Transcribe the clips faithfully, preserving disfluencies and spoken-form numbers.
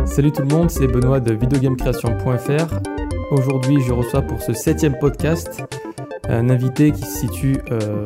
Salut tout le monde, c'est Benoît de videogamecreation point f r. Aujourd'hui, je reçois pour ce septième podcast un invité qui se situe euh,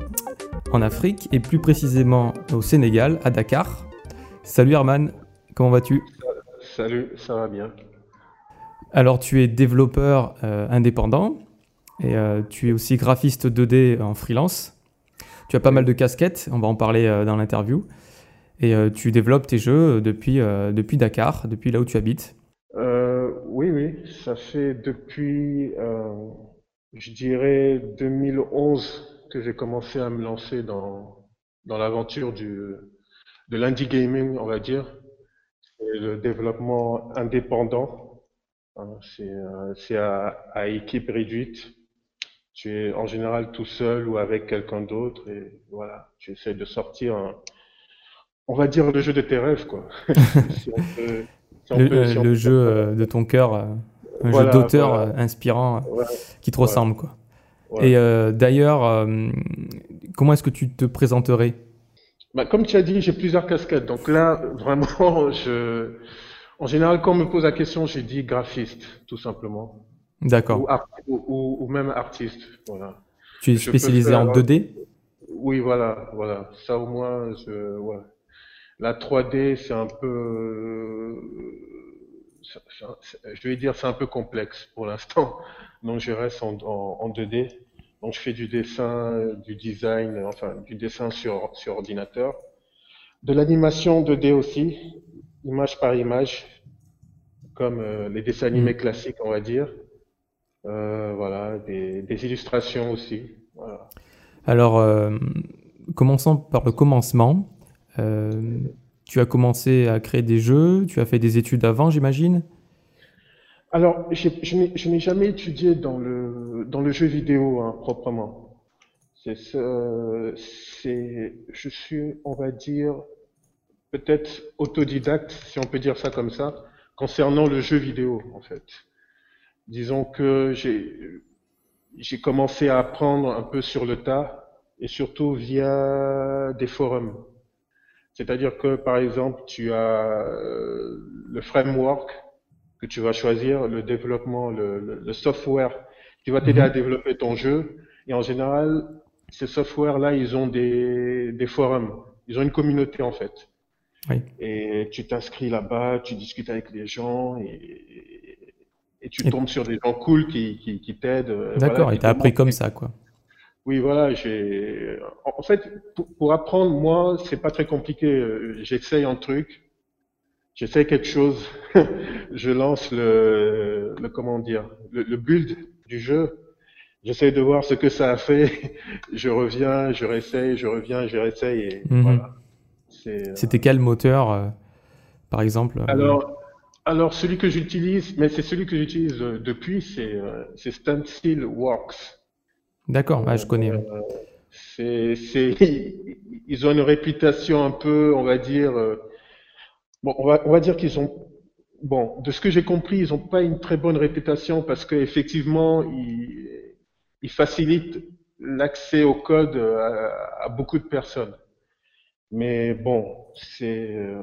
en Afrique et plus précisément au Sénégal, à Dakar. Salut Arman, comment vas-tu ? Salut, ça va bien. Alors, tu es développeur euh, indépendant et euh, tu es aussi graphiste deux D en freelance. Tu as pas Oui. mal de casquettes, on va en parler euh, dans l'interview. Et euh, tu développes tes jeux depuis, euh, depuis Dakar, depuis là où tu habites. Euh, oui, oui, ça fait depuis, euh, je dirais, deux mille onze que j'ai commencé à me lancer dans, dans l'aventure du, de l'indie gaming, on va dire, et le développement indépendant. Hein, c'est euh, c'est à, à équipe réduite. Tu es en général tout seul ou avec quelqu'un d'autre et voilà, tu essaies de sortir un, on va dire le jeu de tes rêves, quoi. Si, si on peut, si on Le, peut, euh, si on le peut jeu dire ça euh, comme de ça. ton cœur, euh, un jeu Voilà, d'auteur voilà, euh, inspirant euh, ouais, qui te ouais, ressemble, quoi. ouais. Et euh, d'ailleurs, euh, comment est-ce que tu te présenterais ? Bah, comme tu as dit, j'ai plusieurs casquettes. Donc là, vraiment, je, en général, quand on me pose la question, j'ai dit graphiste, tout simplement, D'accord. ou, art- ou, ou- ou même artiste. Voilà. Tu es Je peux spécialisé faire, en deux D ? oui, voilà, voilà. Ça au moins, je, ouais. La trois D, c'est un peu, euh, c'est- c'est- je vais dire, c'est un peu complexe pour l'instant. Donc, je reste en, en, en deux D. Donc, je fais du dessin, du design, enfin, du dessin sur, sur ordinateur. De l'animation deux D aussi, image par image, comme euh, les dessins Hmm. animés classiques, on va dire. Euh, voilà, des, des illustrations aussi. Voilà. Alors, euh, commençons par le commencement. Euh, tu as commencé à créer des jeux, tu as fait des études avant, j'imagine ? Alors, j'ai- je n'ai je n'ai jamais étudié dans le, dans le jeu vidéo, hein, proprement. C'est, ce- c'est, je suis, on va dire, peut-être autodidacte, si on peut dire ça comme ça, concernant le jeu vidéo, en fait. Disons que j'ai, j'ai commencé à apprendre un peu sur le tas et surtout via des forums. C'est-à-dire que, par exemple, tu as euh, le framework que tu vas choisir, le développement, le, le- le software qui va t'aider à Mhm. développer ton jeu. Et en général, ces softwares-là, ils ont des, des forums. Ils ont une communauté, en fait. Oui. Et tu t'inscris là-bas, tu discutes avec les gens et, et tu Et- tombes sur des gens cool qui, qui, qui t'aident, euh, voilà, D'accord, et qui tu as te appris montrent. comme ça, quoi. Oui, voilà, j'ai. En en fait, pour, pour apprendre, moi, c'est pas très compliqué. Euh, J'essaye un truc, j'essaye quelque chose, je lance le, le comment dire, le, le build du jeu. J'essaye de voir ce que ça a fait. Je reviens, je réessaye, je reviens, je réessaye et Mhm. voilà. C'est. euh, C'était quel moteur, euh, par exemple euh, Alors, alors celui que j'utilise, mais c'est celui que j'utilise euh, depuis, c'est euh, c'est Stencil Works. D'accord, ah, Euh, je connais. Oui. c'est, c'est, ils ont une réputation un peu, on va dire, euh, bon, on va, on va dire qu'ils ont, bon, de ce que j'ai compris, ils n'ont pas une très bonne réputation parce qu'effectivement, ils, ils facilitent l'accès au code à, à beaucoup de personnes. Mais bon, c'est, euh,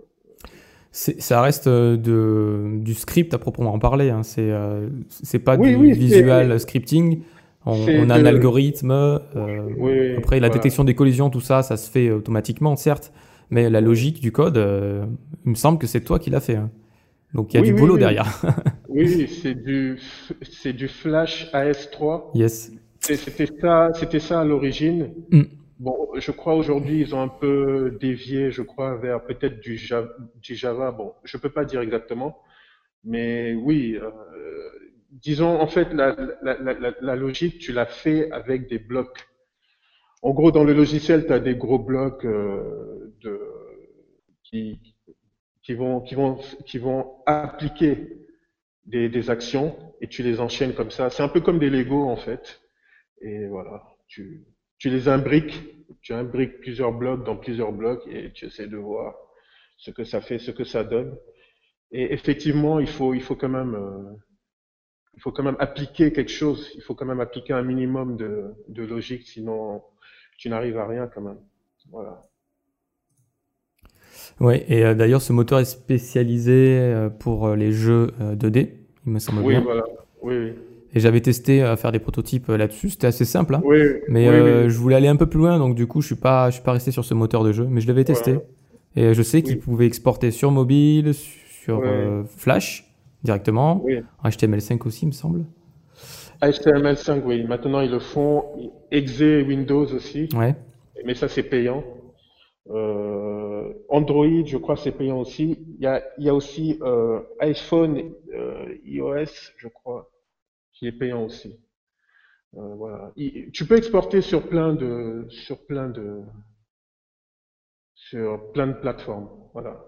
C'est- ça reste euh, de, du script à proprement parler. Hein. C'est euh, c'est pas oui, du oui, visual c'est, scripting. On, c'est on a un de, algorithme. euh, oui, oui, après, la voilà. détection des collisions, tout ça, ça se fait automatiquement, certes. Mais la Oui, logique du code, euh, il me semble que c'est toi qui l'as fait. Hein. Donc, il y a oui, du oui, boulot oui, derrière. oui, oui, c'est du, c'est du Flash A S trois. Yes. Et C'était ça, c'était ça à l'origine. Mm. Bon, je crois aujourd'hui ils ont un peu dévié, je crois, vers peut-être du Java, du Java. Bon, je peux pas dire exactement, mais oui, euh, disons en fait la, la, la, la, la logique, tu l'as fait avec des blocs. En gros, dans le logiciel, tu as des gros blocs euh, de, qui, qui vont, qui vont, qui vont appliquer des, des actions et tu les enchaînes comme ça. C'est un peu comme des Lego en fait. Et voilà, tu, tu les imbriques, tu imbriques plusieurs blocs dans plusieurs blocs et tu essaies de voir ce que ça fait, ce que ça donne. Et effectivement, il faut, il faut quand même, euh, il faut quand même appliquer quelque chose. Il faut quand même appliquer un minimum de, de logique, sinon tu n'arrives à rien quand même. Voilà. Ouais, et euh, d'ailleurs, ce moteur est spécialisé euh, pour euh, les jeux euh, deux D, il me semble Oui, bien. voilà. Oui, oui. Et j'avais testé à faire des prototypes euh, là-dessus, c'était assez simple, hein. Oui, Mais oui, oui. euh, je voulais aller un peu plus loin, donc du coup, je suis pas, je suis pas resté sur ce moteur de jeu, mais je l'avais testé. Voilà. Et je sais qu'il Oui, pouvait exporter sur mobile, sur oui, euh, Flash directement, oui. en H T M L cinq aussi, il me semble. H T M L cinq, oui. Maintenant, ils le font. Exe et Windows aussi. Ouais, Mais ça, c'est payant. Euh, Android, je crois, c'est payant aussi. Il y a, il y a aussi euh, iPhone, euh, iOS, je crois, qui est payant aussi. Euh, voilà. Il- tu peux exporter sur plein de, sur plein de, sur plein de plateformes. Voilà.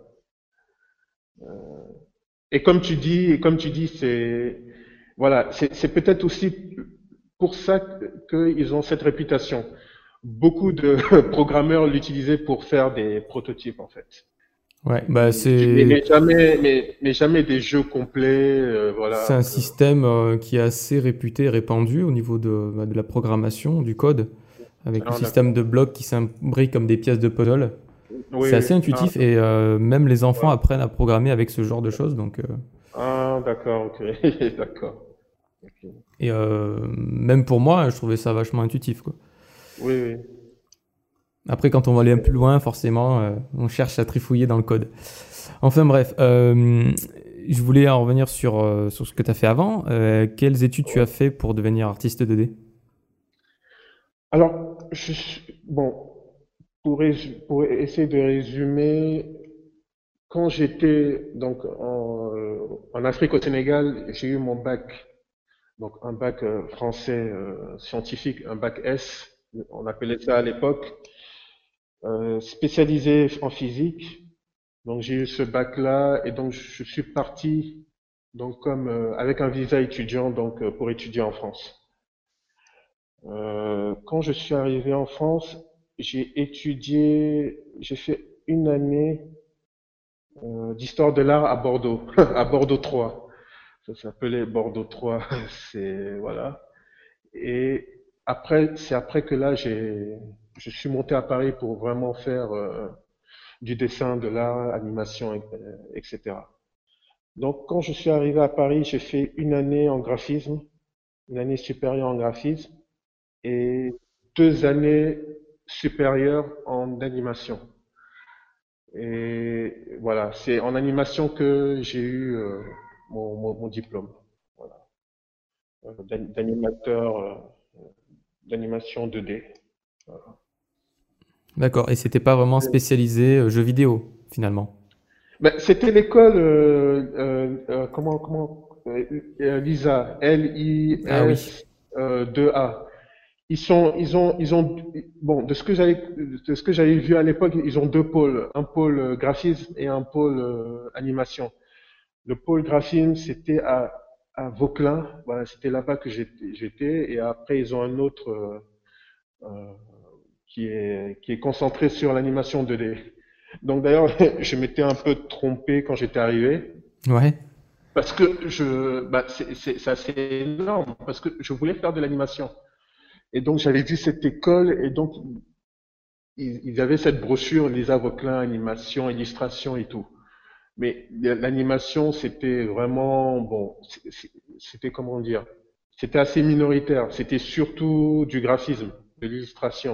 Et comme tu dis, et comme tu dis, c'est, voilà, c'est c'est peut-être aussi pour ça que- qu'ils ont cette réputation. Beaucoup de programmeurs l'utilisaient pour faire des prototypes, en fait. ouais, bah Mais, c'est mais jamais, mais, mais jamais des jeux complets, euh, c'est voilà. un Que- système euh, qui est assez réputé et répandu au niveau de, bah, de la programmation, du code, avec le Ah, système d'accord. de blocs qui s'imbriquent comme des pièces de puzzle. C'est Oui, assez ah, intuitif et euh, même les enfants d'accord. apprennent à programmer avec ce genre de choses. Donc, euh, Ah, d'accord, ok, d'accord. Ok. et euh, même pour moi, je trouvais ça vachement intuitif, quoi. Oui, oui. Après, quand on va aller un peu plus loin, forcément, euh, on cherche à trifouiller dans le code. Enfin bref, euh, je voulais en revenir sur, euh, sur ce que tu as fait avant. Euh, quelles études tu as fait pour devenir artiste deux D? Alors, je, suis- bon, pour, résu- pour essayer de résumer, quand j'étais donc en, euh, en Afrique au Sénégal, j'ai eu mon bac, donc un bac euh, français euh, scientifique, un bac S, on appelait ça à l'époque, euh, spécialisé en physique. Donc j'ai eu ce bac-là et donc je suis parti donc comme euh, avec un visa étudiant donc euh, pour étudier en France. Euh, quand je suis arrivé en France, j'ai étudié, j'ai fait une année euh, d'histoire de l'art à Bordeaux, à Bordeaux trois. Ça s'appelait Bordeaux trois, c'est voilà. Et après, c'est après que là j'ai, je suis monté à Paris pour vraiment faire euh, du dessin, de l'art, animation, et- euh, et cetera. Donc, quand je suis arrivé à Paris, j'ai fait une année en graphisme, une année supérieure en graphisme et deux années supérieures en animation. Et voilà, c'est en animation que j'ai eu euh, mon, mon- mon diplôme. Voilà. Euh, d'an- d'animateur euh, d'animation deux D. Voilà. D'accord, et c'était pas vraiment spécialisé euh, jeux vidéo, finalement. Ben, c'était l'école, euh, euh, euh, comment, comment, euh, euh, Lisa, Ah oui, L I S deux A. Ils sont, ils ont, ils ont, bon, de ce que j'avais, de ce que j'avais vu à l'époque, ils ont deux pôles, un pôle euh, graphisme et un pôle euh, animation. Le pôle graphisme, c'était à, à Vauclin, voilà, c'était là-bas que j'étais, j'étais, et après ils ont un autre euh, euh, qui est, qui est concentré sur l'animation deux D. Donc d'ailleurs, je m'étais un peu trompé quand j'étais arrivé, ouais, parce que je, bah, c'est c'est- c'est assez énorme, parce que je voulais faire de l'animation. Et donc j'avais vu cette école, et donc ils, ils avaient cette brochure, Lisa Vauclin, animation, illustration et tout. Mais l'animation, c'était vraiment, bon, c'est- c'est- c'était comment dire, c'était assez minoritaire. C'était surtout du graphisme, de l'illustration.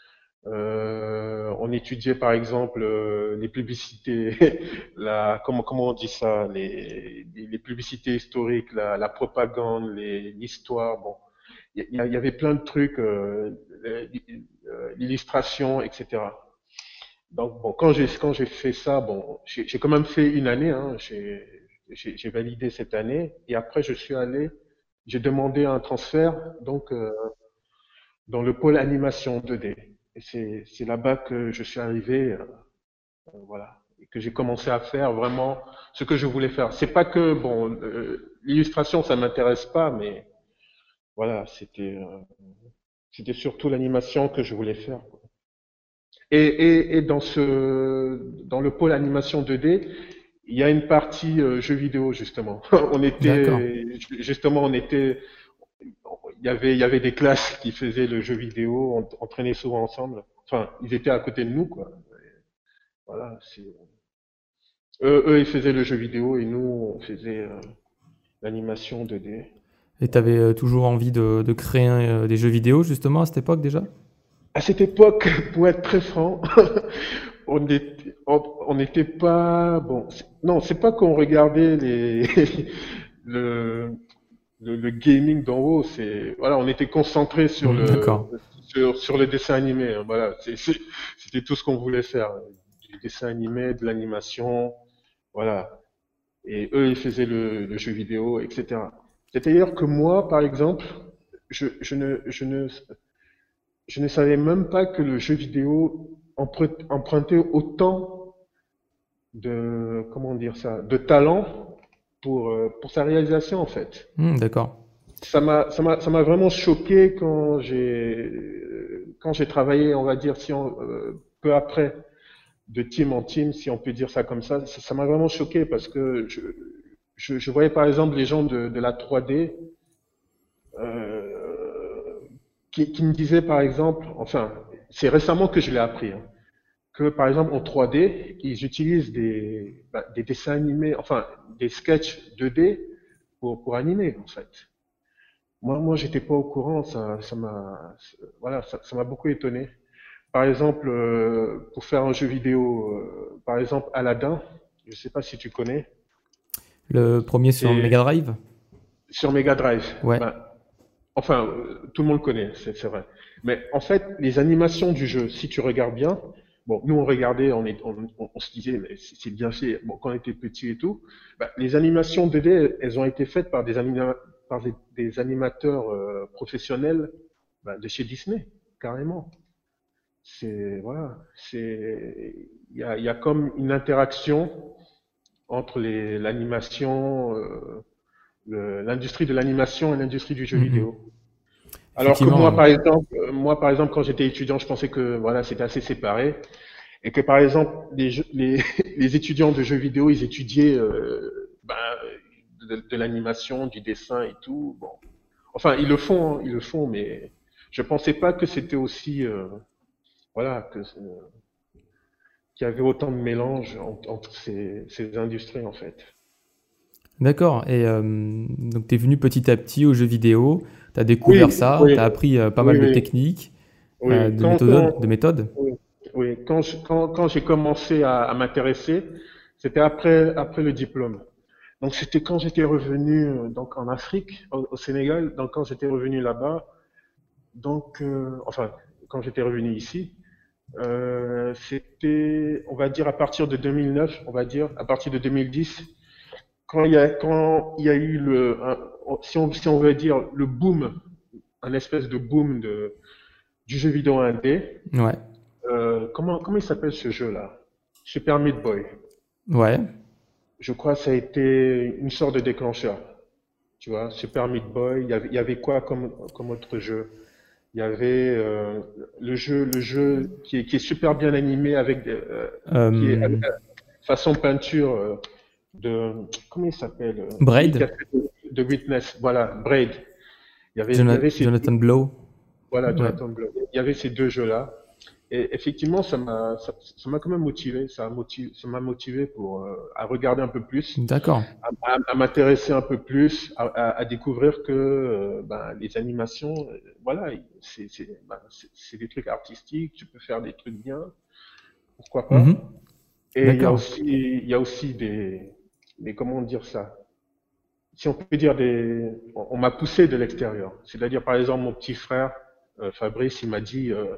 Euh, on étudiait par exemple euh, les publicités, la, comment, comment on dit ça, les, les publicités historiques, la, la propagande, les- l'histoire. Bon, il y, a- il y avait plein de trucs, euh, euh, l'illustration, et cetera. Donc bon, quand j'ai quand j'ai fait ça, bon, j'ai j'ai quand même fait une année, hein, j'ai j'ai j'ai validé cette année et après je suis allé, j'ai demandé un transfert donc euh, dans le pôle animation deux D. Et c'est c'est là-bas que je suis arrivé, euh, euh, voilà, et que j'ai commencé à faire vraiment ce que je voulais faire. C'est pas que bon, euh, l'illustration ça m'intéresse pas, mais voilà, c'était euh, c'était surtout l'animation que je voulais faire. Et, et, et dans ce, dans le pôle animation deux D, il y a une partie euh, jeux vidéo justement. On d'accord. était, justement, on était, il y avait, il y avait des classes qui faisaient le jeu vidéo, on, on traînait souvent ensemble. Enfin, ils étaient à côté de nous, quoi. Voilà, c'est... Eux, eux, ils faisaient le jeu vidéo et nous, on faisait euh, l'animation deux D. Et tu avais toujours envie de, de créer euh, des jeux vidéo justement à cette époque déjà? À cette époque, pour être très franc, on était, on on n'était pas bon. c'est- Non, c'est pas qu'on regardait les le, le, le gaming d'en haut. C'est voilà, on était concentré sur Hmm, le d'accord. sur sur le dessin animé, hein. Voilà, c'est, c'est- c'était tout ce qu'on voulait faire, du dessin animé, de l'animation, voilà. Et eux, ils faisaient le, le jeu vidéo, et cetera. C'est-à-dire que moi, par exemple, je, je ne je ne je ne savais même pas que le jeu vidéo empre- empruntait autant de, comment dire ça, de talent pour, euh, pour sa réalisation, en fait. Hmm, d'accord. Ça m'a, ça m'a, ça m'a vraiment choqué quand j'ai, euh, quand j'ai travaillé, on va dire, si on, euh, peu après, de team en team, si on peut dire ça comme ça. Ça ça m'a vraiment choqué parce que je, je, je voyais par exemple les gens de, de la trois D euh, qui, qui me disaient par exemple, enfin, c'est récemment que je l'ai appris, hein, que par exemple en trois D, ils utilisent des, bah, des dessins animés, enfin des sketchs deux D pour, pour animer en fait. Moi, moi, j'étais pas au courant, ça, ça m'a, voilà, ça, ça m'a beaucoup étonné. Par exemple, euh, pour faire un jeu vidéo, euh, par exemple Aladdin, je sais pas si tu connais, Le premier sur c'est Mega Drive? sur Mega Drive. Ouais. Ben, enfin, euh, tout le monde le connaît, c'est c'est vrai. Mais en fait, les animations du jeu, si tu regardes bien, bon, nous on regardait, on, est, on, on- on se disait, mais c'est c'est bien fait. Bon, quand on était petit et tout, ben, les animations deux D, elles ont été faites par des, anima- par des, des animateurs euh, professionnels ben, de chez Disney, carrément. C'est voilà, c'est il y a, il y a comme une interaction entre les l'animation, euh, le- l'industrie de l'animation et l'industrie du jeu Mhm. vidéo. Alors que Effectivement, moi, ouais. par exemple, euh, moi, par exemple, quand j'étais étudiant, je pensais que voilà, c'était assez séparé et que par exemple, les, jeux- les, les étudiants de jeux vidéo, ils étudiaient euh, ben, de, de l'animation, du dessin et tout. Bon, enfin, ils le font, hein, ils le font, mais je pensais pas que c'était aussi, euh, voilà, que euh, qu'il y avait autant de mélange en- entre ces, ces industries en fait. D'accord. Et euh, donc, tu es venu petit à petit aux jeux vidéo, tu as découvert Oui, ça, tu oui, as appris euh, pas oui, mal de oui, techniques, euh, oui. de Quand, méthodes, quand, de méthodes. oui, oui. Quand, je- quand, quand j'ai commencé à, à m'intéresser, c'était après, après le diplôme. Donc c'était quand j'étais revenu euh, donc en Afrique, au, au Sénégal. Donc quand j'étais revenu là-bas, donc euh, enfin quand j'étais revenu ici, euh, c'était, on va dire à partir de deux mille neuf, on va dire à partir de deux mille dix, quand il y a quand il y a eu le, un- si on si on veut dire le boom, un espèce de boom de du jeu vidéo indé. Ouais. Euh, comment, comment il s'appelle ce jeu-là? Super Meat Boy. Ouais. Je crois que ça a été une sorte de déclencheur. Tu vois, Super Meat Boy, il y avait, il y avait quoi comme, comme autre jeu? Il y avait euh, le jeu, le jeu qui est, qui est super bien animé avec des, euh, qui est Euh, avec- façon peinture euh, de, comment il s'appelle? euh, Qui, qui a Braid, fait de, de Witness. Voilà, Braid. Il y avait, il y Jona- avait ces, Jonathan Blow. voilà, Ouais. Jonathan Blow. Il y avait ces deux jeux-là. Et effectivement, ça m'a, ça, ça m'a quand même motivé. Ça a motivé, ça m'a motivé pour euh, à regarder un peu plus, D'accord. à, à- à m'intéresser un peu plus, à, à- à découvrir que euh, ben, les animations, euh, voilà, c'est, c'est, ben, c'est, c'est des trucs artistiques. Tu peux faire des trucs bien, pourquoi Mhm. pas. Et il y a D'accord. aussi, il y a aussi des, des, comment dire ça? Si on peut dire des, on, on m'a poussé de l'extérieur. C'est-à-dire, par exemple, mon petit frère euh, Fabrice, il m'a dit. Euh,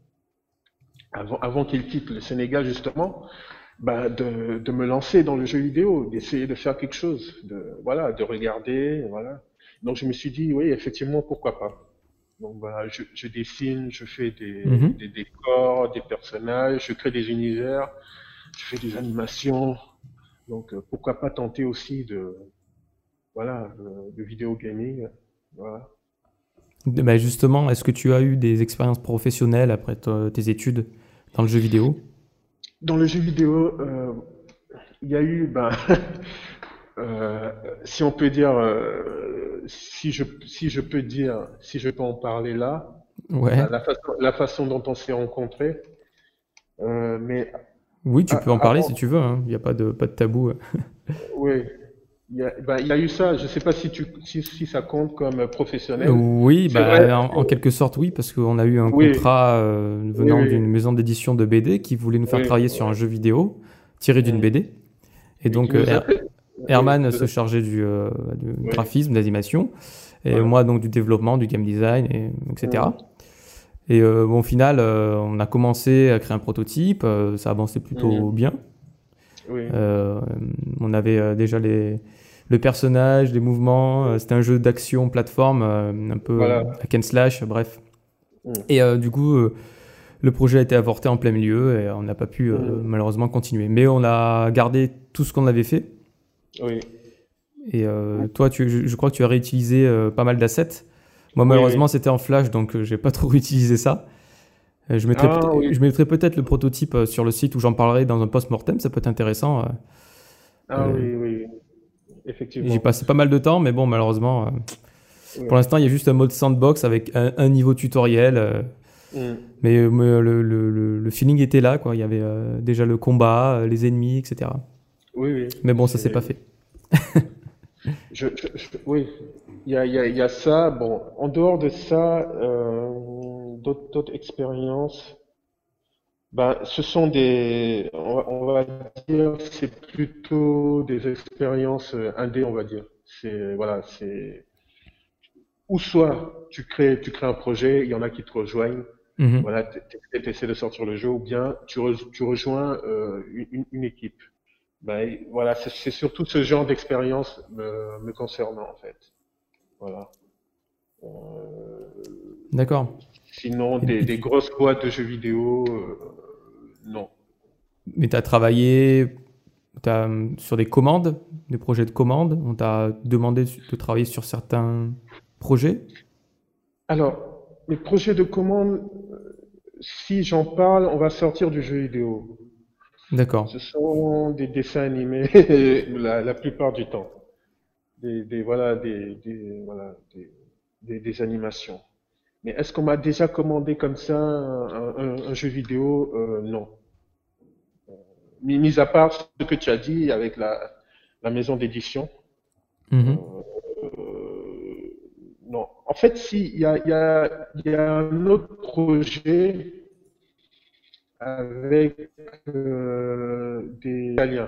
avant, avant qu'il quitte le Sénégal justement, bah, de, de me lancer dans le jeu vidéo, d'essayer de faire quelque chose, de voilà, de regarder, voilà. Donc je me suis dit oui, effectivement, pourquoi pas. Donc bah, je, je dessine, je fais des, Mhm. des décors, des personnages, je crée des univers, je fais des animations. Donc euh, pourquoi pas tenter aussi de voilà de, de vidéo gaming, voilà. Bah, justement, est-ce que tu as eu des expériences professionnelles après te- tes études dans le jeu vidéo? Dans le jeu vidéo, euh, il y a eu ben, Euh, si on peut dire, euh, si je, si je peux dire, si je peux en parler là, Ouais. bah, la façon, la façon dont on s'est rencontrés, euh, mais Oui, tu A- peux en parler si Avant, tu veux, hein. Il n'y a pas de, pas de tabou. oui, il y a, ben, il y a eu ça. Je ne sais pas si tu, si, si ça compte comme euh, Euh, professionnel. Oui, C'est vrai. bah, en, en quelque sorte, oui, parce qu'on a eu un Oui, contrat euh, oui, venant oui, d'une maison d'édition de B D qui voulait nous faire oui, travailler sur un oui. jeu vidéo tiré d'une Mm. B D. Et Oui, qui donc, euh, nous a Her- fait. Oui, Herman vous se êtes- chargeait du, euh, du oui, graphisme, d'animation, et voilà. moi donc du développement, du game design, et, Mm. et cetera. Et euh, bon, au final, euh, on a commencé à créer un prototype, euh, ça avançait plutôt Mm. bien. Oui, Euh, on avait euh, déjà les, le personnage, les mouvements, euh, c'était un jeu d'action plateforme, euh, un peu euh, voilà. hack and slash, bref. Mm. Et euh, du coup, euh, le projet a été avorté en plein milieu et on n'a pas pu euh, Mm. malheureusement continuer. Mais on a gardé tout ce qu'on avait fait. Oui, Et euh, toi, tu, je, je crois que tu as réutilisé euh, pas mal d'assets. Moi, oui, oui. malheureusement, c'était en Flash, donc euh, j'ai pas trop réutilisé ça. Euh, je mettrai, Ah peut- oui, je mettrai peut-être le prototype euh, sur le site où j'en parlerai dans un post-mortem, ça peut être intéressant. euh. ah Euh, oui, oui, J'y effectivement. passé pas mal de temps, mais bon, malheureusement, euh, pour Oui. l'instant, il y a juste un mode sandbox avec un, un niveau tutoriel. euh, Mm. mais euh, mais, euh, le, le- le- le feeling était là, quoi. Il y avait euh, déjà le combat, euh, les ennemis, et cetera. Oui, oui, Mais bon, ça s'est pas c'est. fait. Je, je- je- oui, il y a, il y a- il y a ça. Bon, en dehors de ça, euh, d'autres d'autres expériences. Ben, ce sont des, on va, on va dire, c'est plutôt des expériences euh, indé, on va dire. C'est, voilà, c'est, ou soit tu crées, tu crées un projet, il y en a qui te rejoignent, Mhm. voilà, tu essaies de sortir le jeu, ou bien tu, re- tu rejoins euh, une, une équipe. Ben, voilà, c'est c'est surtout ce genre d'expérience me, me concernant, en fait. Voilà. Euh, D'accord. Sinon, Et, des, et des tu- grosses boîtes de jeux vidéo, euh, non. mais tu as travaillé t'as, euh, sur des commandes, des projets de commandes. On t'a demandé de travailler sur certains projets. Alors, les projets de commande, si j'en parle, on va sortir du jeu vidéo. D'accord. Ce sont des dessins animés la, la plupart du temps. Des, des- voilà, des, des- voilà, des, des- des animations. Mais est-ce qu'on m'a déjà commandé comme ça un, un- un jeu vidéo? Euh, non. Mis, mis à part ce que tu as dit avec la, la maison d'édition. Mhm. euh, euh, non. En fait, si, il y a, il y a, il y a un autre projet avec euh, des Italiens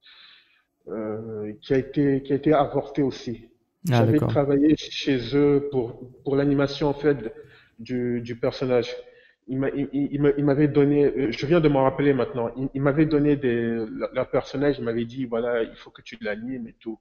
euh, qui a été, qui a été avorté aussi. Ah, J'avais d'accord. travaillé chez eux pour, pour l'animation en fait du, du personnage. Il m'a- il- il- il m'a- il m'avait donné, euh, je viens de m'en rappeler maintenant, il, il m'avait donné des, leur leur personnage, il m'avait dit voilà, il faut que tu l'animes et tout.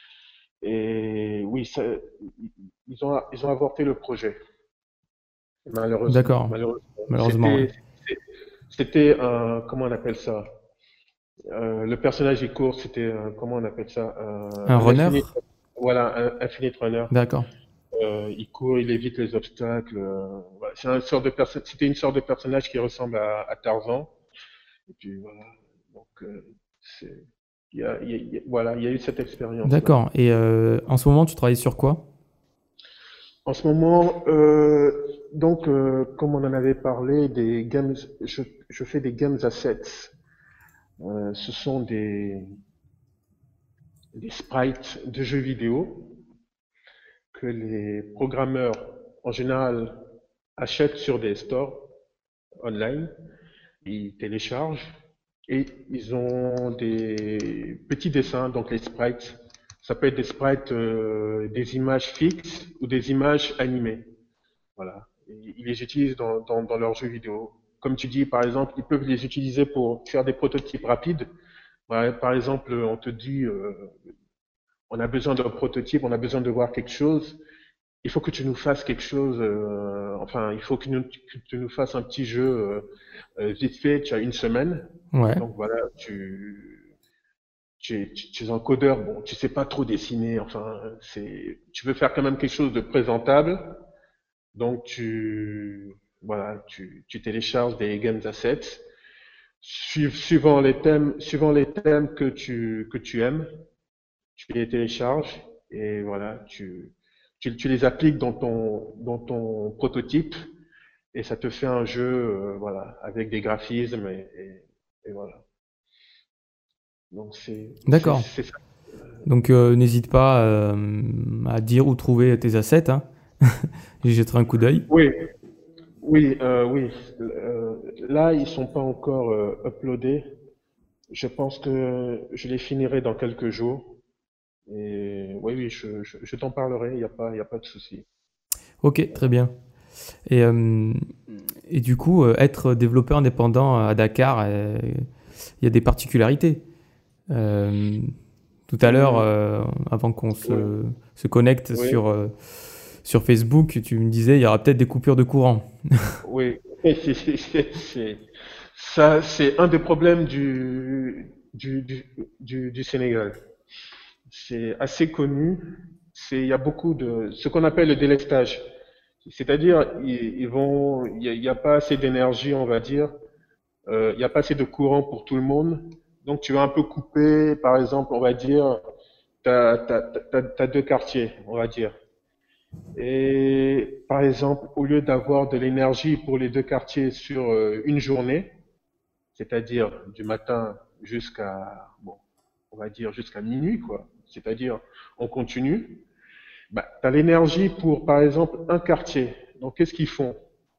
Et oui, ça, ils ont, ils ont avorté le projet, malheureusement. D'accord. Malheureusement. Malheureusement, ouais. C'était, c'était un, comment on appelle ça? Euh, le personnage il court, c'était euh, comment on appelle ça? Un, Un un runner? infinite, voilà, un infinite runner. D'accord. Euh, il court, il évite les obstacles. euh, voilà. C'est un sort de perso- C'était une sorte de personnage qui ressemble à, à Tarzan. Et puis voilà. Donc euh, c'est, il y a, il y a- il y a- voilà, il y a eu cette expérience-là. D'accord. Et euh, en ce moment, tu travailles sur quoi? En ce moment, euh, donc euh, comme on en avait parlé, des games, je, je fais des games assets. Euh, ce sont des, des sprites de jeux vidéo que les programmeurs, en général, achètent sur des stores online. Ils téléchargent et ils ont des petits dessins, donc les sprites. Ça peut être des sprites, euh, des images fixes ou des images animées. Voilà. Et ils les utilisent dans, dans, dans leurs jeux vidéo. Comme tu dis, par exemple, ils peuvent les utiliser pour faire des prototypes rapides. Ouais, par exemple, on te dit, euh, on a besoin d'un prototype, on a besoin de voir quelque chose. Il faut que tu nous fasses quelque chose, euh, enfin, il faut que, nous- que tu nous fasses un petit jeu euh, euh, vite fait, tu as une semaine. Ouais. Donc voilà, tu, tu, es, tu- tu es un codeur, bon, tu sais pas trop dessiner, enfin, c'est, tu veux faire quand même quelque chose de présentable. Donc tu, voilà, tu, tu télécharges des games assets, Suiv- suivant les thèmes, suivant les thèmes que tu, que tu aimes, tu les télécharges et voilà, tu, tu, tu les appliques dans ton, dans ton prototype et ça te fait un jeu, euh, voilà, avec des graphismes et, et, et voilà. Donc c'est c'est D'accord. c'est ça. Donc euh, n'hésite pas euh, à dire où trouver tes assets, hein. J'y jetterai un coup d'œil. Oui, oui, euh, oui. Euh, là, ils sont pas encore euh, uploadés. Je pense que je les finirai dans quelques jours. Et oui, oui, je, je, je t'en parlerai. Il n'y a pas, il y a pas de souci. Ok, très bien. Et, euh, et du coup, euh, être développeur indépendant à Dakar, euh, il y a des particularités. Euh, Tout à l'heure, Hum, euh, avant qu'on oui, se, se connecte oui, sur, euh, sur Facebook, tu me disais il y aura peut-être des coupures de courant. oui. C'est- c'est- c'est- c'est- Ça, c'est un des problèmes du, du, du, du, du Sénégal. C'est assez connu. C'est, il y a beaucoup de ce qu'on appelle le délestage. C'est-à-dire, ils, ils vont, il n'y a, il y a pas assez d'énergie, on va dire. Euh, il n'y a pas assez de courant pour tout le monde. Donc, tu vas un peu couper, par exemple, on va dire, tu as deux quartiers, on va dire. Et par exemple, au lieu d'avoir de l'énergie pour les deux quartiers sur euh, une journée, c'est-à-dire du matin jusqu'à, bon, on va dire jusqu'à minuit, quoi. C'est-à-dire, on continue. Bah, tu as l'énergie pour, par exemple, un quartier. Donc, qu'est-ce qu'ils font?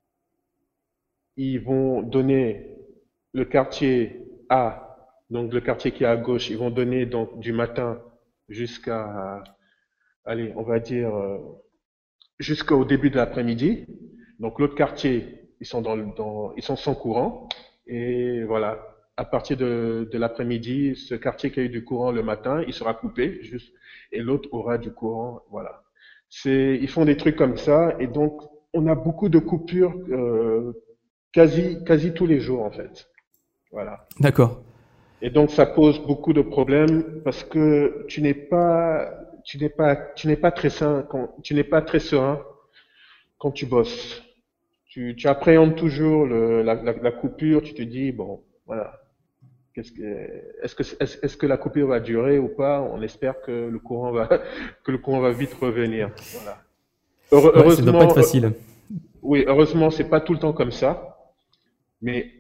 Ils vont donner le quartier A, donc le quartier qui est à gauche, ils vont donner donc du matin jusqu'à, allez, on va dire euh, jusqu'au début de l'après-midi. Donc l'autre quartier, ils sont dans, le- dans, ils sont sans courant. Et voilà, à partir de, de l'après-midi, ce quartier qui a eu du courant le matin, il sera coupé, juste, et l'autre aura du courant. Voilà. C'est, ils font des trucs comme ça, et donc on a beaucoup de coupures euh, quasi, quasi tous les jours en fait. Voilà. D'accord. Et donc ça pose beaucoup de problèmes parce que tu n'es pas, tu n'es pas, tu n'es pas très sain quand, tu n'es pas très serein quand tu bosses. Tu, tu appréhendes toujours le, la, la, la coupure, tu te dis, bon, voilà, qu'est-ce que, est-ce que, est-ce, est-ce que la coupure va durer ou pas? On espère que le courant va, que le courant va vite revenir. Voilà. Heure- Ouais, ça doit pas être Heureusement, euh, facile. oui, heureusement, c'est pas tout le temps comme ça, mais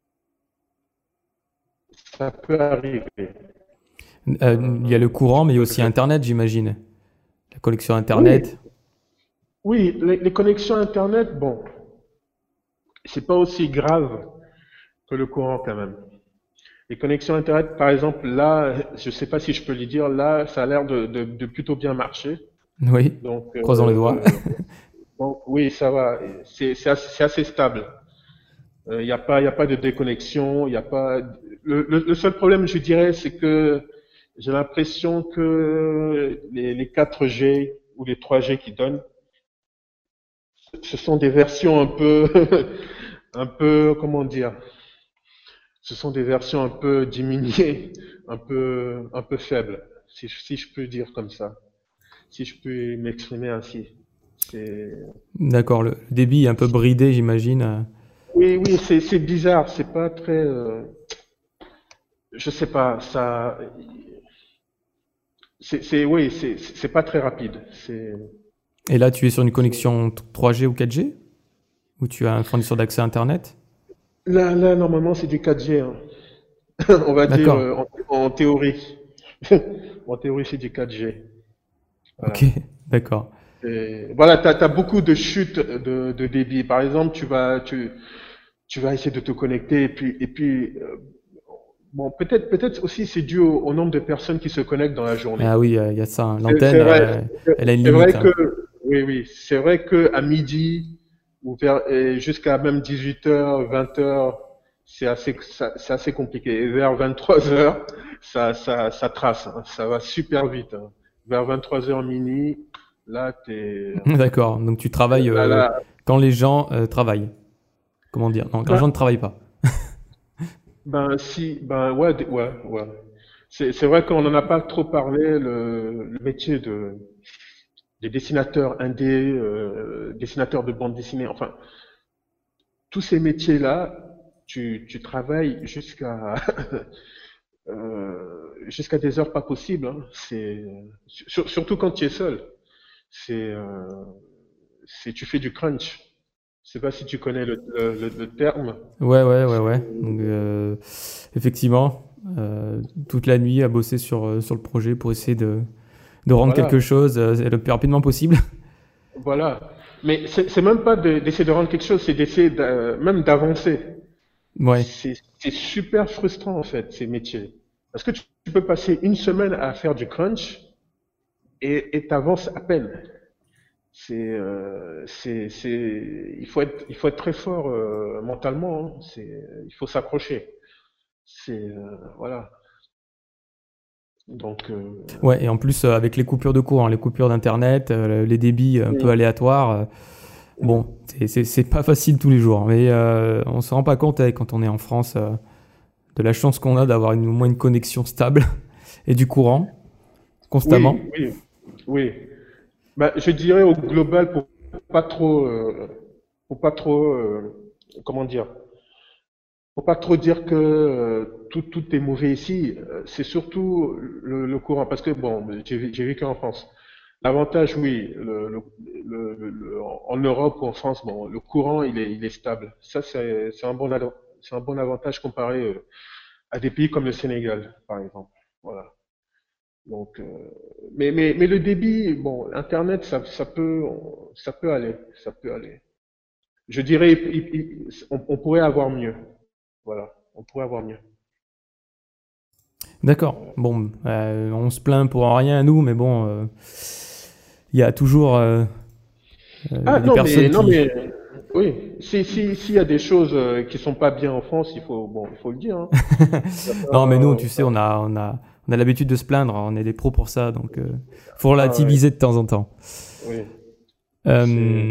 ça peut arriver. Euh, Il y a le Euh, courant, tu mais il y a peux aussi regretter. Internet, j'imagine. La connexion Oui, Internet. oui, les, les connexions Internet, bon, c'est pas aussi grave que le courant quand même. Les connexions Internet, par exemple, là, je sais pas si je peux le dire, là, ça a l'air de, de, de plutôt bien marcher. Oui, Donc, croisons les doigts. euh, bon, oui, ça va. C'est c'est assez, c'est assez stable. Il n'y a pas, il y a pas de déconnexion. Il y a pas. Le, le, le seul problème, je dirais, c'est que j'ai l'impression que les, les quatre G ou les trois G qui donnent, ce sont des versions un peu, un peu, comment dire, ce sont des versions un peu diminuées, un peu, un peu faibles, si, je- si je peux dire comme ça, si je peux m'exprimer ainsi. C'est, D'accord, le débit est un peu bridé, j'imagine. Euh, oui, oui, c'est, c'est bizarre, c'est pas très, euh, je sais pas, ça, c'est, c'est, oui, c'est, c'est pas très rapide. C'est, Et là, tu es sur une c'est- connexion trois G ou quatre G? Ou tu as un fournisseur d'accès Internet? là, là, normalement, c'est du quatre G, hein. On va dire D'accord. euh, en, en théorie. En théorie, c'est du quatre G. Ok, Voilà. d'accord. Et voilà, tu as, beaucoup de chutes de, de débit. Par exemple, tu vas, tu, tu vas essayer de te connecter et puis, et puis euh, bon, peut-être, peut-être aussi c'est dû au, au nombre de personnes qui se connectent dans la journée. Ah oui, euh, il y a ça, hein. C'est L'antenne, c'est vrai, euh, elle a une c'est limite, vrai hein. que, oui, oui, c'est vrai que à midi ou vers, et jusqu'à même dix-huit heures, vingt heures, c'est assez, ça- c'est assez compliqué. Et vers vingt-trois heures, ça, ça, ça trace, hein. Ça va super vite, hein. Vers vingt-trois heures minuit, là, t'es, D'accord. Donc tu travailles là, euh, là, quand les gens euh, travaillent. Comment dire? Non, quand les ben, gens ne travaillent pas. ben, si, ben, ouais, d- ouais, ouais. C'est, c'est vrai qu'on n'en a pas trop parlé, le, le métier de, des dessinateurs indés, euh, dessinateurs de bande dessinée, enfin, tous ces métiers-là, tu, tu travailles jusqu'à euh, jusqu'à des heures pas possibles, hein. C'est sur- surtout quand tu es seul. C'est euh, c'est tu fais du crunch. Je sais pas si tu connais le, le, le- le terme. Ouais, ouais, ouais, C'est ouais. Donc, euh, effectivement. euh, toute la nuit à bosser sur, euh, sur le projet pour essayer de, de rendre Voilà, quelque chose euh, le plus rapidement possible. voilà. Mais c'est c'est même pas de- d'essayer de rendre quelque chose, c'est d'essayer d'a- même d'avancer. Ouais, C'est c'est super frustrant en fait, ces métiers. Parce que tu, tu peux passer une semaine à faire du crunch et et t'avances à peine. C'est, euh, c'est, c'est, il faut être, il faut être très fort euh, mentalement. Hein. C'est, il faut s'accrocher. C'est, euh, voilà. Donc, euh, ouais, et en plus euh, avec les coupures de courant, les coupures d'internet, euh, les débits un peu mm, aléatoires, euh, mm. bon, c'est c'est- c'est pas facile tous les jours, mais euh, on se rend pas compte eh, quand on est en France euh, de la chance qu'on a d'avoir une- au moins une connexion stable et du courant constamment. Oui, oui, oui. Bah, je dirais au global pour pas trop, euh, pour pas trop, euh, comment dire, faut pas trop dire que euh, tout, tout est mauvais ici. Euh, C'est surtout le, le courant, parce que bon, j'ai vé- j'ai vécu en France. L'avantage, oui, le, le- le- le- le- en Europe ou en France, bon, le courant, il est, il est stable. Ça, c'est c'est un bon, ado- c'est un bon avantage comparé euh, à des pays comme le Sénégal, par exemple. Voilà. Donc, euh, mais, mais, mais le débit, bon, Internet, ça, ça peut, ça peut aller, ça peut aller. Je dirais, il- il- il- on, on pourrait avoir mieux. Voilà, on pourrait avoir mieux. D'accord. Bon, euh, on se plaint pour rien à nous, mais bon, euh, il y a toujours euh, euh, Ah des non, mais personnes non, qui. mais oui. Si, si, s'il y a des choses euh, qui sont pas bien en France, il faut, bon, il faut le dire. Hein. Il y a Non, mais nous, pas- tu sais, on a, on a, on a l'habitude de se plaindre. On est des pros pour ça, donc euh, faut Ah ouais, relativiser de temps en temps. oui. C'est. Euh,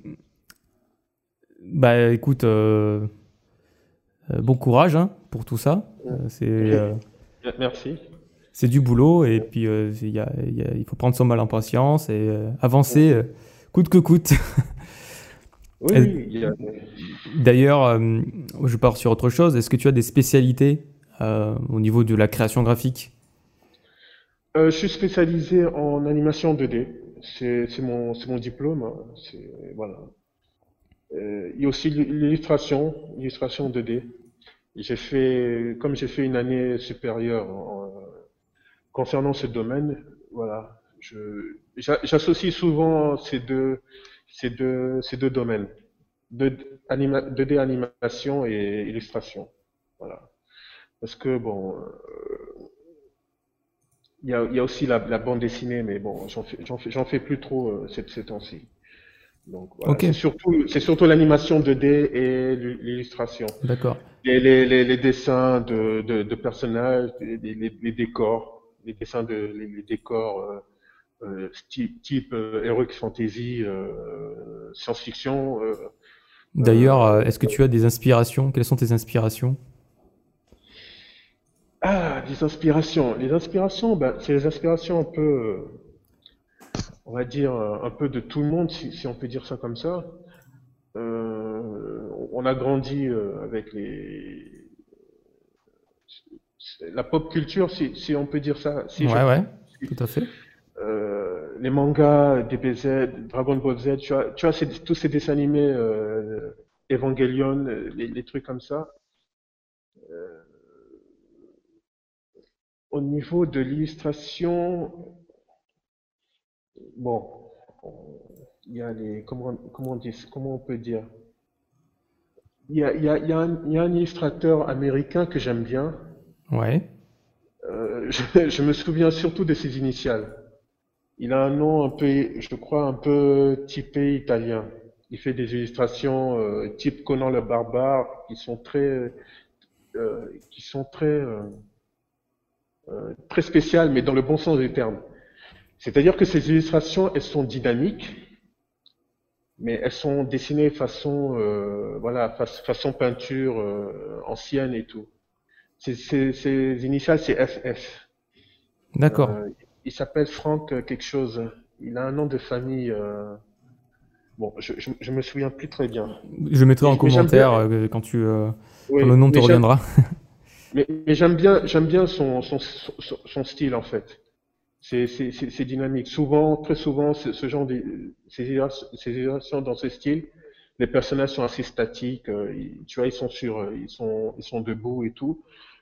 Bah, écoute, euh, euh, bon courage hein, pour tout ça. Euh, c'est, euh, Merci. c'est du boulot et puis euh, il y a- il y a- il faut prendre son mal en patience et euh, avancer euh, coûte que coûte. Oui, Et oui. Il y a... d'ailleurs, euh, je pars sur autre chose. Est-ce que tu as des spécialités euh, au niveau de la création graphique? Euh, je suis spécialisé en animation deux D. C'est, c'est mon, c'est mon diplôme. Hein. C'est, voilà. Euh, il y a aussi l'illustration, l'illustration deux D. J'ai fait, comme j'ai fait une année supérieure en- concernant ce domaine, voilà, je, j'a- j'associe souvent ces deux, ces deux, ces deux domaines, deux, anima, deux D animation et illustration, voilà. Parce que bon, euh, il y a, il y a aussi la, la bande dessinée, mais bon, j'en fais, j'en fais, j'en fais plus trop euh, ces, ces temps-ci. Donc voilà, Ok, c'est surtout, c'est surtout l'animation deux D et l'illustration. d'accord. Les, les, les, les dessins de, de, de personnages, les, les, les décors, les dessins de les, les décors euh, euh, type, type euh, heroic fantasy, euh, science-fiction. Euh, D'ailleurs, euh, euh, est-ce que tu as des inspirations? Quelles sont tes inspirations? ah, des inspirations. Les inspirations, ben, c'est les inspirations un peu, euh, on va dire, euh, un peu de tout le monde, si, si on peut dire ça comme ça. Euh, on a grandi euh, avec les, la pop culture, si, si on peut dire ça, si je Ouais, ouais, peux. tout à fait. Euh, les mangas, D B Z, Dragon Ball Z, tu vois, tu vois c'est- tous ces dessins animés, euh, Evangelion, euh, les, les trucs comme ça. Au niveau de l'illustration, bon, on- il y a les, comment, comment on dit, comment on peut dire? Il y a, il y a, il y a un, il y a un illustrateur américain que j'aime bien. Ouais, Euh, je, je me souviens surtout de ses initiales. Il a un nom un peu, je crois, un peu typé italien. Il fait des illustrations euh, type Conan le Barbare qui sont très, euh, qui sont très, euh, euh, très spéciales, mais dans le bon sens du terme. C'est-à-dire que ces illustrations, elles sont dynamiques, mais elles sont dessinées façon, euh, voilà, fa- façon peinture euh, ancienne et tout. Ces, ces, ces initiales, c'est F F. d'accord. Euh, il s'appelle Franck euh, quelque chose. Il a un nom de famille. euh, Bon, je, je, je me souviens plus très bien. Je mettrai Mais, en mais j'aime bien. commentaire euh, quand tu, euh, quand le Oui, nom te mais j'aime, reviendra. mais, mais j'aime bien, j'aime bien son, son, son, son style en fait. C'est, c'est, c'est c'est dynamique. Souvent, très souvent, ce, ce genre de, ces illustrations ces illustrations dans ce style, les personnages sont assez statiques. euh, ils- tu vois, ils sont sur, euh, ils sont, ils sont debout et tout.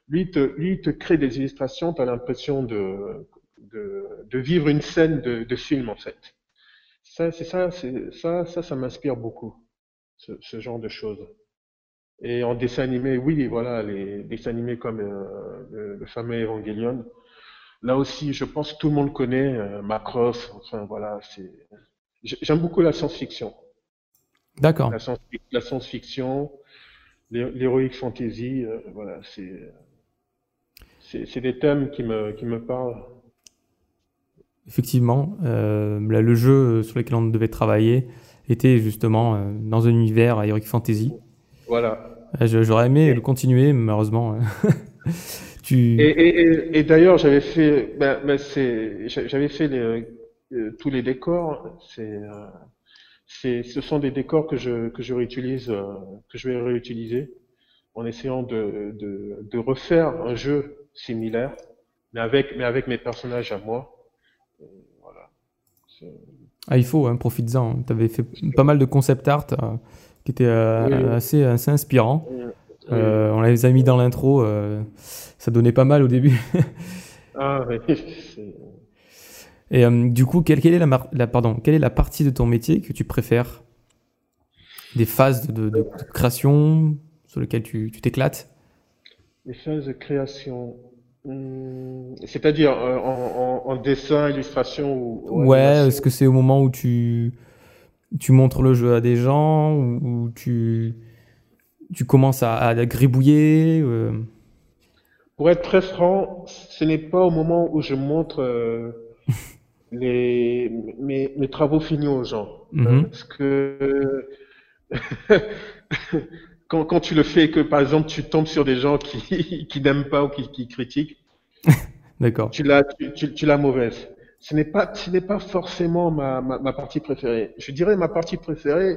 Lui, il te, lui, il te crée des illustrations, tu as l'impression de, de, de vivre une scène de, de film, en fait. Ça, c'est ça, c'est ça, ça, ça m'inspire beaucoup, ce, ce genre de choses. Et en dessin animé, oui, voilà, les dessins animés comme euh, le, le fameux Evangelion. Là aussi, je pense que tout le monde connaît euh, Macross. Enfin, voilà, c'est. j'ai- J'aime beaucoup la science-fiction. D'accord. La science, la science-fiction, l'hé- l'heroic fantasy, euh, voilà, c'est, c'est, c'est des thèmes qui me, qui me parlent. Effectivement, euh, là, le jeu sur lequel on devait travailler était justement euh, dans un univers Heroic Fantasy. Voilà. Euh, je- J'aurais aimé le Et, continuer, mais malheureusement, euh, et, tu. et, et d'ailleurs, j'avais fait, ben, ben, c'est, j'a- j'avais fait les, euh, tous les décors. C'est, euh, c'est, ce sont des décors que je, que je réutilise, euh, que je vais réutiliser en essayant de, de, de refaire un jeu similaire, mais avec, mais avec mes personnages à moi. Voilà. C'est- Ah, il faut, hein, profites-en. Tu avais fait pas mal de concept art euh, qui étaient euh, Oui, assez, assez inspirants. oui, oui. Euh, on les a mis dans l'intro, euh, ça donnait pas mal au début. Ah oui, c'est- Et euh, du coup, quelle, quelle est la, mar- la- pardon, quelle est la partie de ton métier que tu préfères? Des phases de, de- de création sur lesquelles tu tu t'éclates? les phases de création. Hmm, c'est-à-dire euh, en, en, en dessin, illustration ou, ou Ouais, animation. est-ce que c'est au moment où tu, tu montres le jeu à des gens, ou, ou tu, tu commences à, à gribouiller euh, Pour être très franc, ce n'est pas au moment où je montre euh, les, mes, mes travaux finis aux gens. Euh, mhm. parce que quand, quand tu le fais, que par exemple tu tombes sur des gens qui, qui n'aiment pas ou qui, qui critiquent, D'accord. tu l'as, tu, tu, tu l'as mauvaise. Ce n'est pas, ce n'est pas forcément ma, ma, ma partie préférée. Je dirais ma partie préférée,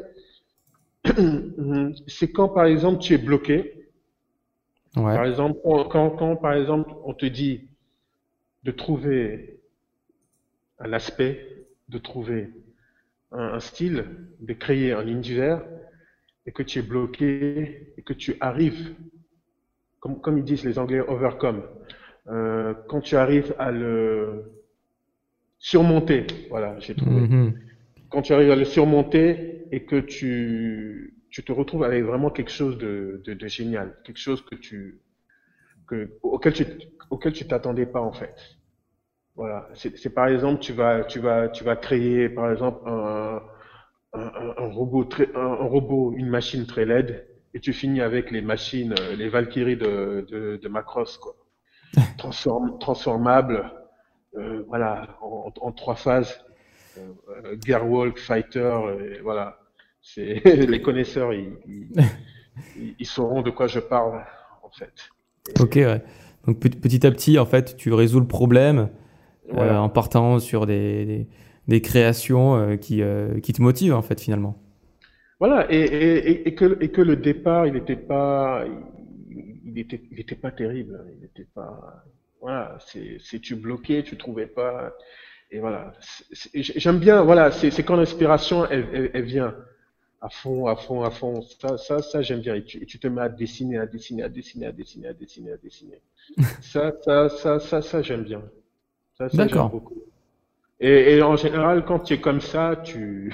c'est quand par exemple tu es bloqué. Ouais. Par exemple, quand, quand, quand, par exemple on te dit de trouver un aspect, de trouver un, un style, de créer un univers, et que tu es bloqué et que tu arrives, comme, comme ils disent les Anglais, overcome. Euh, quand tu arrives à le surmonter, voilà, j'ai trouvé. Mhm. Quand tu arrives à le surmonter et que tu, tu te retrouves avec vraiment quelque chose de, de, de génial, quelque chose que tu, que, auquel tu, auquel tu t'attendais pas en fait. Voilà, c'est c'est par exemple, tu vas, tu vas, tu vas créer par exemple un, un, un- un robot très, un, un robot, une machine très laide, et tu finis avec les machines, euh, les Valkyries de, de, de Macross, quoi. Transform, transformables, euh, voilà, en, en trois phases, euh, euh, Gearwalk, Fighter, euh, voilà. C'est les connaisseurs, ils, ils, ils- ils sauront de quoi je parle, en fait. Ok, Et ouais. Donc pe- petit à petit, en fait, tu résous le problème euh, en voilà. partant sur des, des, des créations euh, qui, euh, qui te motivent, en fait, finalement. Voilà, et, et, et, et que, et que le départ, il n'était pas, il, il était, il était pas terrible. Il était pas, voilà, c'est, c'est tu bloquais, tu trouvais pas, et voilà. C'est- c'est- J'aime bien, voilà, c'est, c'est quand l'inspiration, elle, elle, elle vient à fond, à fond, à fond. Ça, ça, ça, j'aime bien. Et tu, et tu te mets à dessiner, à dessiner, à dessiner, à dessiner, à dessiner, à dessiner. Ça, ça, ça, ça, ça, j'aime bien. Ça, ça, j'aime D'accord. beaucoup. Et, et en général, quand tu es comme ça, tu,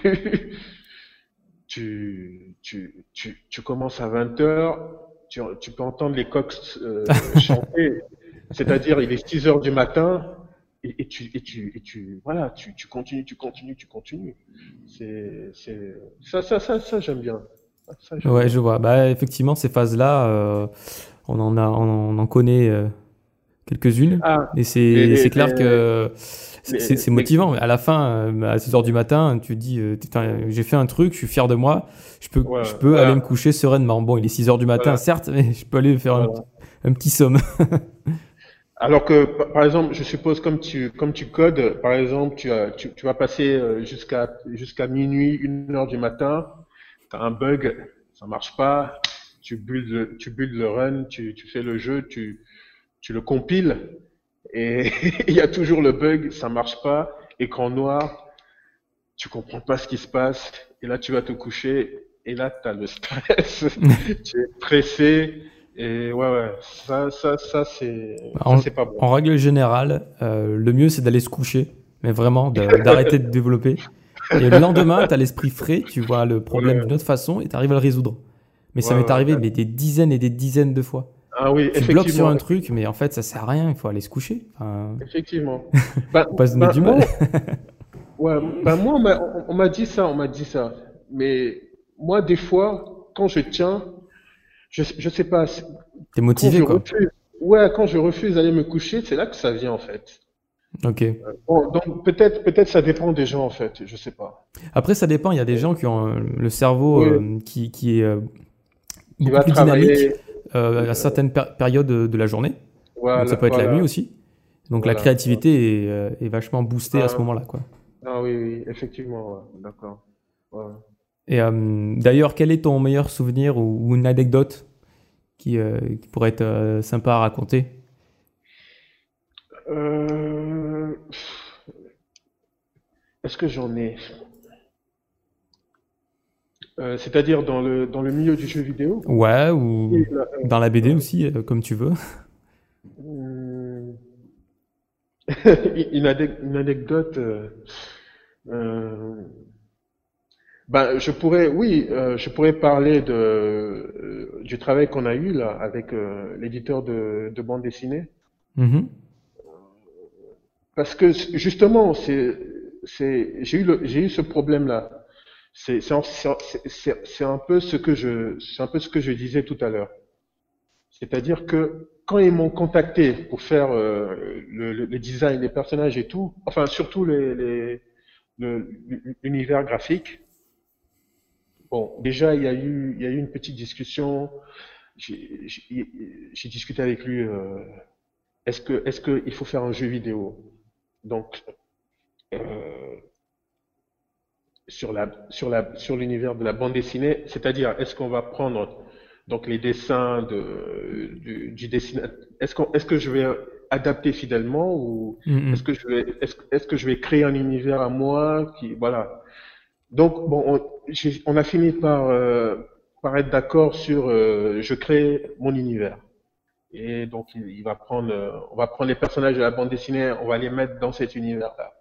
tu, tu, tu, tu commences à vingt heures, tu, tu peux entendre les coqs euh, chanter, c'est-à-dire il est six heures du matin, et, et tu, et tu, et tu, voilà, tu, tu continues, tu continues, tu continues. C'est, c'est, ça, ça, ça, ça, j'aime bien. Ça, ça, j'aime Ouais, bien. je vois. Bah, effectivement, ces phases-là, euh, on en a, on en connaît euh, quelques-unes. Ah, Et les, c'est, les, c'est clair les, que c'est c'est- les, c'est les- motivant. À la fin, euh, à six heures du matin, tu te dis, euh, putain, j'ai fait un truc, je suis fier de moi. Je peux, je ouais, peux aller me voilà, coucher sereinement. Bon, il est six heures du matin, voilà, certes, mais je peux aller faire un, voilà. un petit somme. Alors que, par par exemple, je suppose comme tu comme tu codes, par exemple, tu as tu, tu vas passer euh, jusqu'à jusqu'à minuit, une heure du matin, tu as un bug, ça marche pas, tu builds le, tu builds le run, tu, tu fais le jeu, tu tu le compiles et il y a toujours le bug, ça marche pas, écran noir, tu comprends pas ce qui se passe et là tu vas te coucher et là tu as le stress, tu es pressé Et ouais, ouais, ça, ça, ça, c'est, ça, En, c'est pas bon. en règle générale, euh, le mieux c'est d'aller se coucher, mais vraiment de- d'arrêter de développer. Et le lendemain, tu as l'esprit frais, tu vois le problème Ouais, d'une autre façon et tu arrives à le résoudre. Mais ça ouais, m'est ouais. arrivé mais des dizaines et des dizaines de fois. Ah oui, Tu bloques sur effectivement, un truc, mais en fait ça sert à rien, il faut aller se coucher. Enfin, effectivement. Ben, faut pas se donner ben, du mal. moi, ouais, ben, moi, on m'a on- on m'a dit ça, on m'a dit ça. Mais moi, des fois, quand je tiens, je, je sais pas, c'est- T'es quand motivé je quoi. refuse, ouais, quand je refuse d'aller me coucher, c'est là que ça vient, en fait. Ok. Bon, donc peut-être, peut-être ça dépend des gens, en fait, je sais pas. Après ça dépend, il y a des gens qui ont euh, le cerveau Oui, euh, qui, qui est euh, qui beaucoup va plus dynamique travailler, euh, à certaines péri- périodes de de la journée. Donc ça voilà, peut être la nuit voilà, aussi. Donc la voilà. créativité est, euh, est vachement boostée à ce Ah, moment-là, quoi. ah oui, oui, effectivement, ouais, d'accord. Ouais. Et euh, d'ailleurs, quel est ton meilleur souvenir ou, ou une anecdote qui, euh, qui pourrait être euh, sympa à raconter? Euh, est-ce que j'en ai? Euh, c'est-à-dire dans le, dans le milieu du jeu vidéo? Ouais, ou Oui, là, dans la B D euh, aussi, euh, comme tu veux. euh, une, ane- une anecdote. euh, euh, ben, je pourrais, oui, euh, je pourrais parler de, euh, du travail qu'on a eu là avec euh, l'éditeur de, de bande dessinée. Mhm. Parce que c- justement, c'est, c'est, j'ai eu le, j'ai eu ce problème-là. C'est, c'est, en- c'est, c'est- c'est un peu ce que je, c'est un peu ce que je disais tout à l'heure. C'est-à-dire que quand ils m'ont contacté pour faire euh, le, le- le design des personnages et tout, enfin surtout les, les- le- l'univers graphique, bon, déjà il y a eu, il y a eu une petite discussion. J'ai j'ai- j'ai discuté avec lui. euh, est-ce que, est-ce que il faut faire un jeu vidéo? Donc euh, sur la, sur la, sur l'univers de la bande dessinée, c'est-à-dire est-ce qu'on va prendre donc les dessins de, du, du dessinateur, est-ce qu'on, est-ce que je vais adapter fidèlement ou est-ce Mhm. que je vais, est-ce, est-ce que je vais créer un univers à moi qui, voilà. Donc bon, on, j'ai- on a fini par, euh, par être d'accord sur, euh, je crée mon univers. Et donc il, il va prendre, euh, on va prendre les personnages de la bande dessinée, on va les mettre dans cet univers-là.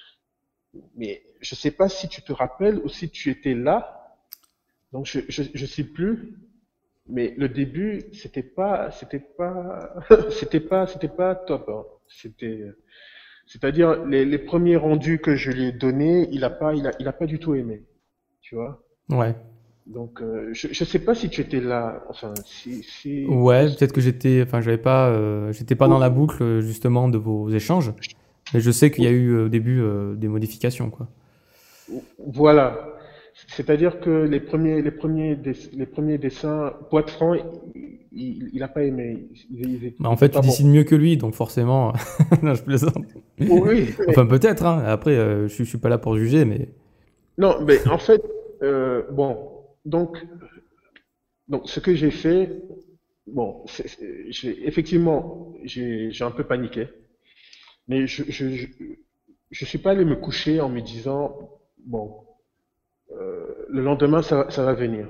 Mais je sais pas si tu te rappelles ou si tu étais là. Donc je je, je sais plus. Mais le début, c'était pas c'était pas c'était pas c'était pas top. Hein. C'était c'est-à-dire les, les premiers rendus que je lui ai donnés, il a pas il a il a pas du tout aimé. Tu vois. Ouais. Donc euh, je je sais pas si tu étais là. Enfin si si je Ouais, sais- peut-être que j'étais, enfin, j'avais pas, euh, j'étais pas dans la ou- boucle euh, justement de vos échanges, mais je sais qu'il y a ou- eu euh, au début euh, des modifications, quoi. ou- voilà. C'est-à-dire que les premiers, les premiers, dess- les premiers dessins, pour être franc, il, il, il a pas aimé. Ils, ils, Bah, en ils fait, étaient tu pas bons. dessines mieux que lui, donc forcément, non, je plaisante. Oui, Enfin, peut-être, hein. Après, euh, je, suis- je suis pas là pour juger, mais non, mais en fait, euh, bon, donc, donc ce que j'ai fait, bon, c'est- c'est- j'ai effectivement, j'ai j'ai un peu paniqué, mais je, je, je, je suis pas allé me coucher en me disant, bon, euh, le lendemain ça, va- ça va venir.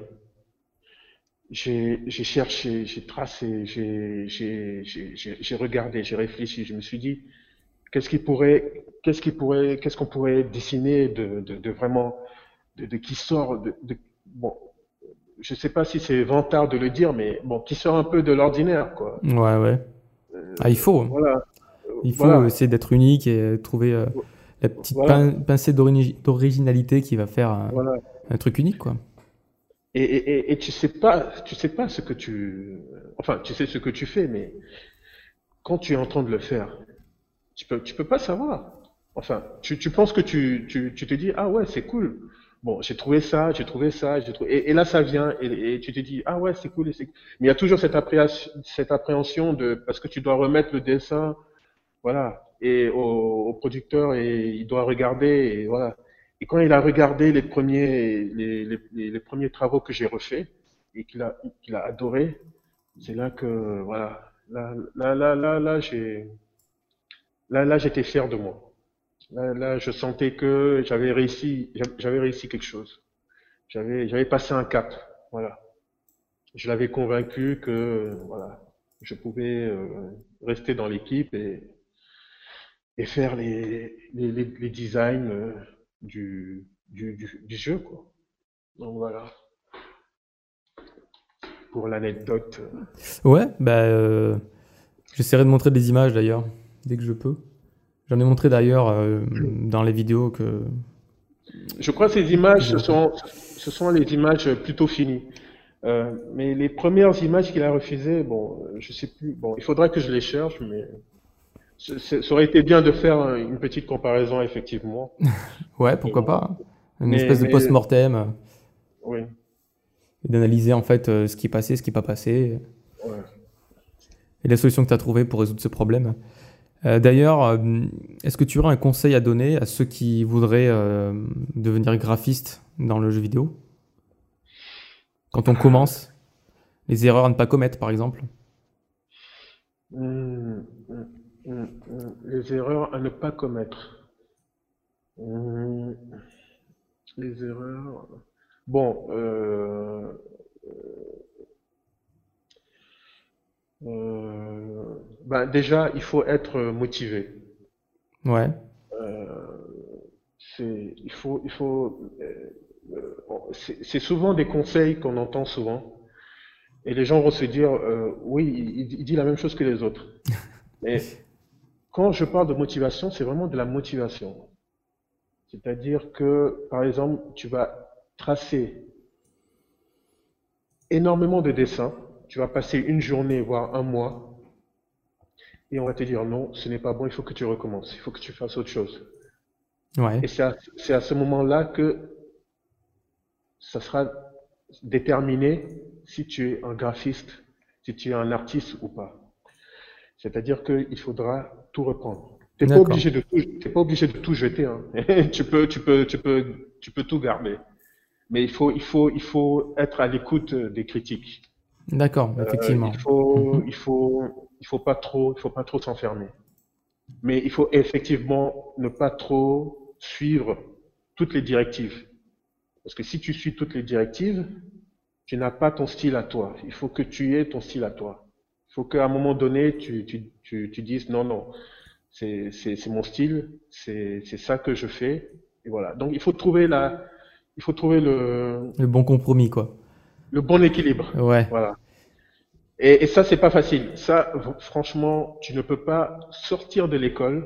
J'ai j'ai cherché, j'ai tracé, j'ai j'ai j'ai j'ai j'ai regardé, j'ai réfléchi, je me suis dit, qu'est-ce qui pourrait, qu'est-ce qui pourrait, qu'est-ce qu'on pourrait dessiner de, de, de vraiment, de, de qui sort de, de bon. Je sais pas si c'est vantard de le dire, mais bon, qui sort un peu de l'ordinaire, quoi. ouais, ouais. Ah, il faut, hein. Voilà, Il faut voilà, essayer d'être unique et trouver euh, la petite voilà, pin- pincée d'origi- d'originalité qui va faire un, voilà. un truc unique, quoi. Et, et, et, et tu sais pas, tu sais pas ce que tu, enfin, tu sais ce que tu fais, mais quand tu es en train de le faire, tu peux, tu peux pas savoir. Enfin, tu, tu penses que tu, tu, tu te dis, ah ouais, c'est cool. Bon, j'ai trouvé ça, j'ai trouvé ça, j'ai trouvé, et, et là ça vient, et, et tu te dis, ah ouais, c'est cool, et c'est, mais il y a toujours cette appréhension, cette appréhension de, parce que tu dois remettre le dessin. Voilà. Et au, au producteur, et il doit regarder, et voilà. Et quand il a regardé les premiers, les, les, les- les premiers travaux que j'ai refaits, et qu'il a, qu'il a adoré, c'est là que, voilà. Là, là, là, là, là, j'ai, là, là, j'étais fier de moi. Là, là, je sentais que j'avais réussi, j'avais réussi quelque chose. J'avais, j'avais passé un cap. Voilà. je l'avais convaincu que voilà, je pouvais euh, rester dans l'équipe et, et faire les, les, les- les designs euh, du, du, du, du jeu, quoi. Donc voilà, pour l'anecdote. euh. Ouais, bah, euh, j'essaierai de montrer des images d'ailleurs, dès que je peux. J'en ai montré d'ailleurs euh, dans les vidéos que, Je crois que ces que images, j'ai ce refaites. sont, ce sont les images plutôt finies. Euh, mais les premières images qu'il a refusées, bon, euh, je sais plus. Bon, il faudra que je les cherche, mais ce- ce- ça aurait été bien de faire euh, une petite comparaison, effectivement. Ouais, Et- pourquoi pas, hein. Une mais, espèce de mais, post-mortem, euh, oui, et d'analyser en fait euh, ce qui est passé, ce qui n'est pas passé, ouais. et la solution que tu as trouvée pour résoudre ce problème. Euh, d'ailleurs, euh, est-ce que tu aurais un conseil à donner à ceux qui voudraient euh, devenir graphistes dans le jeu vidéo? Quand on commence, les erreurs à ne pas commettre par exemple. Hum, hum, hum, hum. Les erreurs à ne pas commettre. Hum, les erreurs. Bon, euh, euh, ben déjà, il faut être motivé. Ouais, Euh, c'est, il faut, il faut, euh, euh, c'est c'est souvent des conseils qu'on entend souvent, et les gens vont se dire, euh, oui, il, il dit la même chose que les autres. Mais quand je parle de motivation, c'est vraiment de la motivation. C'est-à-dire que, par exemple, tu vas tracer énormément de dessins, tu vas passer une journée, voire un mois, et on va te dire non, ce n'est pas bon, il faut que tu recommences, il faut que tu fasses autre chose. ouais, Et c'est à, c'est à ce moment-là que ça sera déterminé si tu es un graphiste, si tu es un artiste ou pas. C'est-à-dire qu'il faudra tout reprendre. T'es pas d'accord, obligé de tout, t'es pas obligé de tout jeter, hein. Tu peux, tu peux, tu peux, tu peux tout garder. Mais il faut, il faut, il faut être à l'écoute des critiques. d'accord, Euh, il effectivement. faut, Mhm. il faut, il faut pas trop, il faut pas trop s'enfermer. Mais il faut effectivement ne pas trop suivre toutes les directives. Parce que si tu suis toutes les directives, tu n'as pas ton style à toi. Il faut que tu aies ton style à toi. Il faut qu'à un moment donné, tu, tu, tu, tu dises non, non, c'est, c'est, c'est mon style, c'est, c'est ça que je fais. Et voilà. Donc il faut trouver la, il faut trouver le, Le bon compromis, quoi. le bon équilibre. Ouais, Voilà. Et, et ça, c'est pas facile. Ça, v- franchement, tu ne peux pas sortir de l'école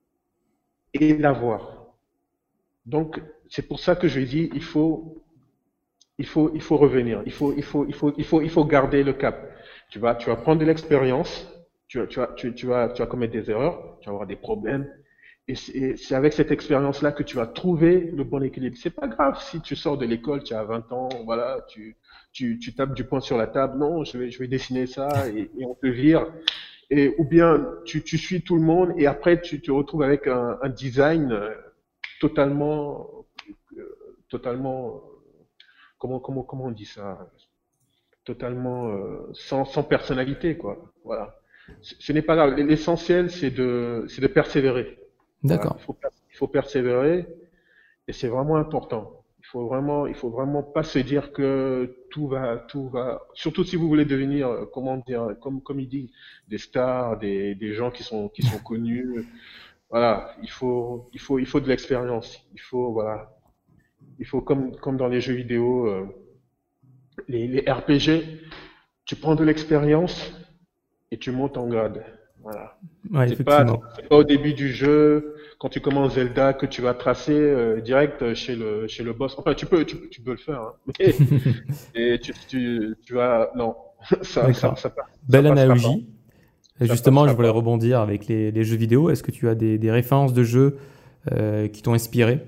et l'avoir. Donc, c'est pour ça que je dis, il faut il faut, il faut revenir. Il faut, il faut, il faut, il faut, il faut garder le cap. Tu vas, tu vas prendre de l'expérience. Tu vas, tu vas, tu, tu vas, tu vas commettre des erreurs. Tu vas avoir des problèmes. Et c'est c'est avec cette expérience-là que tu vas trouver le bon équilibre. C'est pas grave si tu sors de l'école, tu as vingt ans, voilà, tu, tu, tu tapes du poing sur la table. Non, je vais, je vais dessiner ça et, et on te vire. Et, ou bien tu, tu suis tout le monde et après tu te retrouves avec un, un design euh, totalement, euh, totalement, comment, comment, comment on dit ça? Totalement euh, sans, sans personnalité, quoi. Voilà. Ce ce n'est pas grave. L'essentiel, c'est de, c'est de persévérer. Voilà. d'accord. Il faut, per- il faut persévérer et c'est vraiment important. Il faut vraiment, il faut vraiment pas se dire que tout va, tout va. Surtout si vous voulez devenir, euh, comment dire, comme, comme il dit, des stars, des, des gens qui sont, qui sont connus. Voilà. Il faut, il faut, il faut de l'expérience. Il faut, voilà. Il faut comme, comme dans les jeux vidéo, euh, les, les R P G. Tu prends de l'expérience et tu montes en grade. Voilà. Ouais, C'est pas, effectivement. c'est pas au début du jeu, quand tu commences Zelda, que tu vas tracer euh, direct chez le, chez le boss. Enfin, tu peux, tu, peux- tu peux le faire, hein. Mais et tu, tu, tu vas, non, ça, ça, D'accord. ça, passe- ça Belle passera pas. analogie. Ça Justement, je passera voulais pas. rebondir avec les, les jeux vidéo. Est-ce que tu as des, des références de jeux euh, qui t'ont inspiré?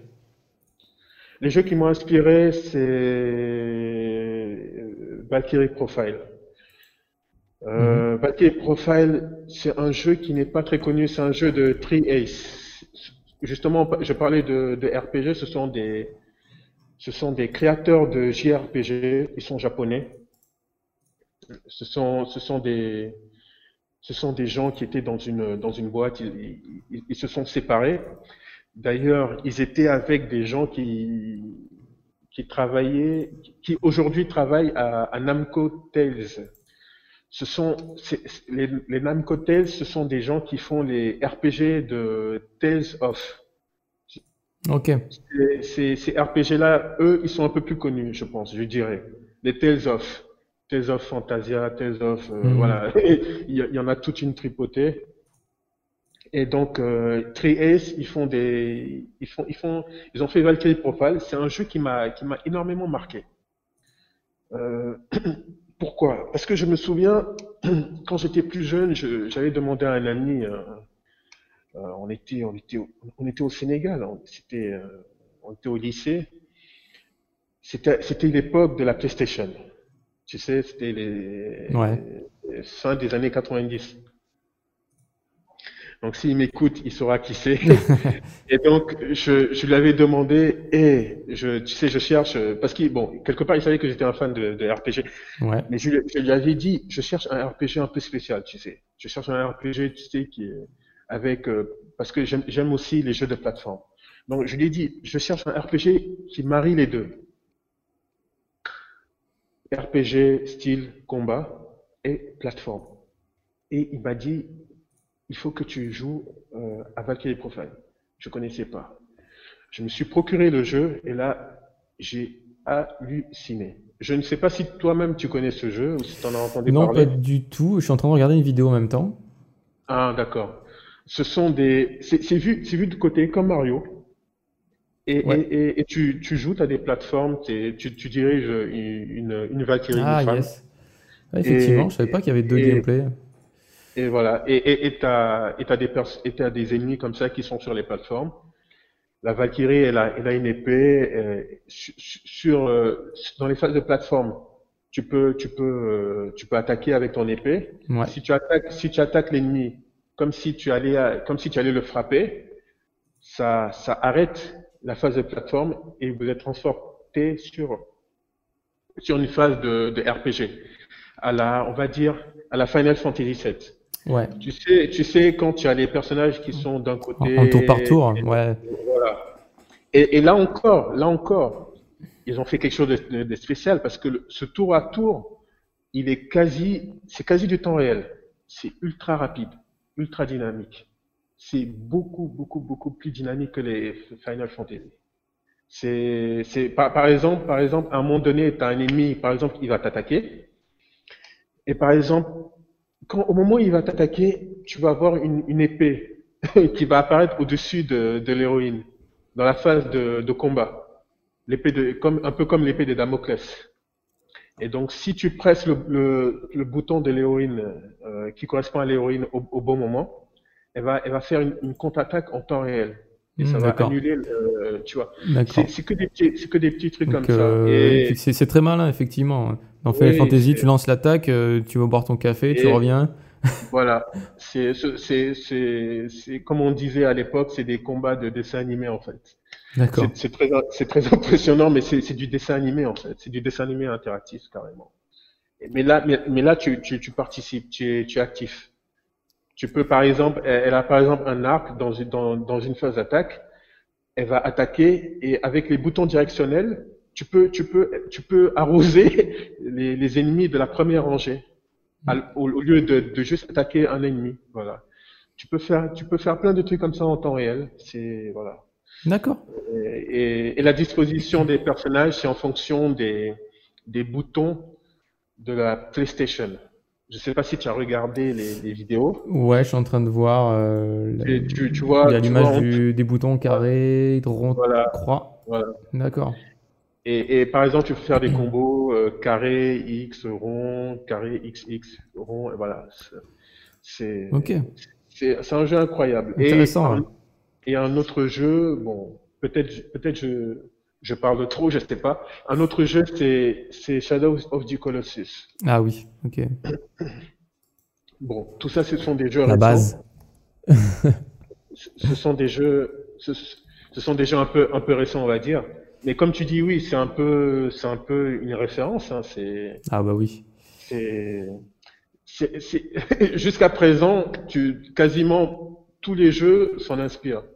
Les jeux qui m'ont inspiré, c'est euh, Valkyrie Profile. Mhm. Euh, Valkyrie Profile, c'est un jeu qui n'est pas très connu, c'est un jeu de Tri-Ace. Justement, je parlais de, de R P G, ce sont des, ce sont des créateurs de J R P G, ils sont japonais. Ce sont, ce sont des, ce sont des gens qui étaient dans une, dans une boîte, ils, ils- ils se sont séparés. D'ailleurs, ils étaient avec des gens qui, qui travaillait, qui aujourd'hui travaille à, à Namco Tales. Ce sont c'est- c'est- les, les Namco Tales, ce sont des gens qui font les R P G de Tales of. Ok. Et ces, ces R P G-là, eux, ils sont un peu plus connus, je pense, je dirais. Les Tales of. Tales of Fantasia, Tales of, euh, Hmm. voilà. Il y, a- il y en a toute une tripotée. Et donc, euh, Tri-Ace, ils font des, ils font, ils font, ils ont fait Valkyrie Profile. C'est un jeu qui m'a, qui m'a énormément marqué. Euh, pourquoi? Parce que je me souviens, quand j'étais plus jeune, je- j'avais demandé à un ami, euh, euh, on était, on était, au- on était au Sénégal, on, c'était, euh, on était au lycée. C'était, c'était l'époque de la PlayStation. Tu sais, c'était Ouais. les, les fin des années quatre-vingt-dix. Donc, s'il m'écoute, il saura qui c'est. Et donc, je, je lui avais demandé, et je, tu sais, je cherche, parce qu'il, bon, quelque part, il savait que j'étais un fan de, de R P G, Ouais. mais je, lui- je lui avais dit, je cherche un R P G un peu spécial, tu sais. Je cherche un R P G, tu sais, qui est avec, euh, parce que j'aime, j'aime aussi les jeux de plateforme. Donc, je lui ai dit, je cherche un R P G qui marie les deux. R P G, style, combat et plateforme. Et il m'a dit, il faut que tu joues euh, à Valkyrie Profile. Je connaissais pas. Je me suis procuré le jeu et là, j'ai halluciné. Je ne sais pas si toi-même tu connais ce jeu ou si tu en as entendu Non, pas parler. du tout. Je suis en train de regarder une vidéo en même temps. Ah, d'accord. Ce sont des, c'est c'est vu, c'est vu de côté comme Mario. Et, Ouais. et, et, et tu, tu joues, tu as des plateformes, t'es- tu, tu diriges une, une, une Valkyrie, une Ah, femme. yes. Ouais, effectivement, Et, je savais pas qu'il y avait deux et, gameplays. et voilà. Et et et t'as, et t'as des pers- et t'as des ennemis comme ça qui sont sur les plateformes. La Valkyrie, elle a, elle a une épée euh, su- su- sur, euh, dans les phases de plateforme. Tu peux, tu peux, euh, tu peux attaquer avec ton épée. Ouais. Si tu attaques, si tu attaques l'ennemi comme si tu allais, à- comme si tu allais le frapper, ça, ça arrête la phase de plateforme et vous êtes transporté sur, sur une phase de, de R P G. À la, on va dire, à la Final Fantasy sept. Ouais. Tu sais, tu sais, quand tu as les personnages qui sont d'un En, en tour par côté, tour. Ouais. voilà. Et, et là encore, là encore, ils ont fait quelque chose de, de- de spécial parce que le- ce tour à tour, il est quasi, c'est quasi du temps réel. C'est ultra rapide, ultra dynamique. C'est beaucoup, beaucoup, beaucoup plus dynamique que les Final Fantasy. C'est, c'est, par, par exemple, par exemple, à un moment donné, tu as un ennemi, par exemple, il va t'attaquer. Et par exemple, quand, au moment où il va t'attaquer, tu vas avoir une, une épée qui va apparaître au-dessus de, de l'héroïne dans la phase de, de combat. L'épée de, comme, un peu comme l'épée de Damoclès. Et donc, si tu presses le, le, le bouton de l'héroïne euh, qui correspond à l'héroïne au, au bon moment, elle va, elle va faire une, une contre-attaque en temps réel. Et Hmm, ça va d'accord. annuler, le- tu vois. C'est D'accord. c'est que des petits, c'est que des petits trucs comme Donc, ça. euh, Et c'est c'est très malin, effectivement. Dans Final oui, Fantasy, tu c'est, lances l'attaque, euh, tu vas boire ton café, tu et reviens. voilà. C'est, c'est, c'est, c'est, c'est- comme on disait à l'époque, c'est des combats de dessin animé en fait. D'accord. C'est c'est très, c'est très impressionnant, mais c'est c'est du dessin animé en fait. C'est du dessin animé interactif carrément. Mais là, mais, mais là, tu, tu, tu participes, tu es, tu es actif. Tu peux, par exemple, elle elle a par exemple un arc dans une, dans, dans une phase d'attaque. Elle va attaquer et avec les boutons directionnels, tu peux, tu peux, tu peux arroser les, les ennemis de la première rangée al- au, au lieu de, de juste attaquer un ennemi. Voilà. Tu peux faire, tu peux faire plein de trucs comme ça en temps réel. C'est, voilà. D'accord. Et, et- et la disposition des personnages, c'est en fonction des, des boutons de la PlayStation. Je ne sais pas si tu as regardé les, les vidéos. Ouais, je suis en train de voir. Euh, la- Et tu, tu il y vois, a tu vois, l'image on- du, des boutons carrés, rond, voilà, croix. voilà. D'accord. Et, et par exemple, tu peux faire des combos euh, carré, X, rond, carré, X, X, rond, et voilà. C'est, Ok. c'est, c'est un jeu incroyable. Et Intéressant, ouais. un, et un autre jeu, bon, peut-être, peut-être je, je parle trop, je sais pas. Un autre jeu, c'est, c'est Shadows of the Colossus. Ah oui, ok. Bon, tout ça, ce sont des jeux La base. récents. Ce ce sont des jeux, ce, ce sont des jeux un peu, un peu récents, on va dire. Mais comme tu dis, oui, c'est un peu, c'est un peu une référence. Hein, c'est, Ah bah oui. c'est, c'est, c'est- jusqu'à présent, tu, quasiment tous les jeux s'en inspirent.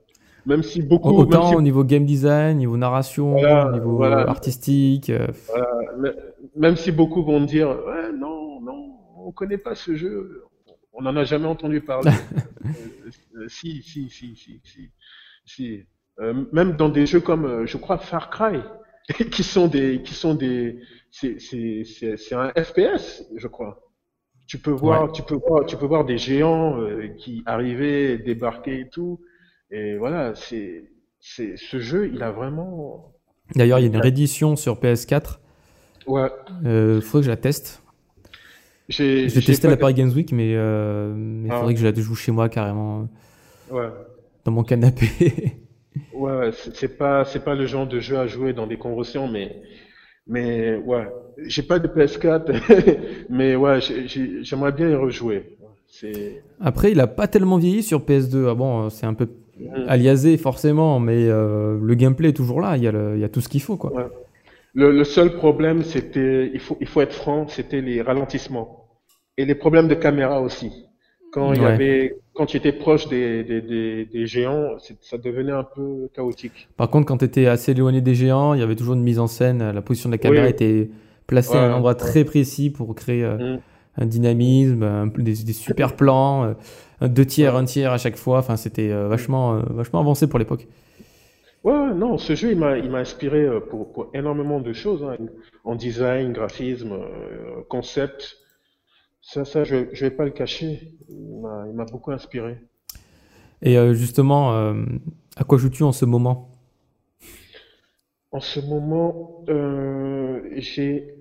Même si beaucoup, même Autant si, au niveau game design, niveau narration, au voilà, niveau voilà, artistique. euh, voilà, me- même si beaucoup vont dire, ouais, non, non, on connaît pas ce jeu, on n'en a jamais entendu parler. Euh, euh, si, si, si, si, si, si. Euh, même dans des jeux comme, euh, je crois, Far Cry, qui sont des, qui sont des, c'est, c'est, c'est, c'est un F P S, je crois. Tu peux Ouais. voir, tu peux voir, tu peux voir des géants euh, qui arrivaient, débarquer et tout. Et voilà, c'est, c'est, ce jeu, il a vraiment, D'ailleurs, il y a il une a- réédition sur P S quatre. ouais, Euh, faudrait que je la teste. Je j'ai, l'ai j'ai testé à pas la de, Paris Games Week, mais euh, mais il faudrait ah, que je la joue chez moi carrément, euh, ouais, dans mon canapé. ouais, ouais, c'est c'est pas, c'est pas le genre de jeu à jouer dans des conventions, mais, mais ouais, j'ai pas de P S quatre, mais ouais, j'ai- j'ai- j'aimerais bien y rejouer. C'est, Après, il a pas tellement vieilli sur P S deux. Ah bon, euh, c'est un peu Mhm. aliasé forcément, mais euh, le gameplay est toujours là. Il y a, le- il y a tout ce qu'il faut, quoi. Ouais. Le, le seul problème, c'était, il faut, il faut être franc, c'était les ralentissements et les problèmes de caméra aussi. Quand il y Ouais. avait, quand tu étais proche des, des, des, des géants, c'est- ça devenait un peu chaotique. Par contre, quand tu étais assez éloigné des géants, il y avait toujours une mise en scène. La position de la caméra Oui, était placée à un ouais, endroit ouais. très précis pour créer euh, Mm, un mm, dynamisme, un- des, des super plans, euh, un deux tiers, ouais. un tiers à chaque fois. Enfin, c'était euh, Mm. vachement, euh, vachement avancé pour l'époque. Ouais, ouais, non, ce jeu, il m'a, il m'a inspiré euh, pour, pour énormément de choses, hein, en design, graphisme, euh, concept. Ça, ça, je, je vais pas le cacher. Il m'a, il m'a beaucoup inspiré. Et euh, justement, euh, à quoi joues-tu en ce moment? En ce moment, euh, j'ai,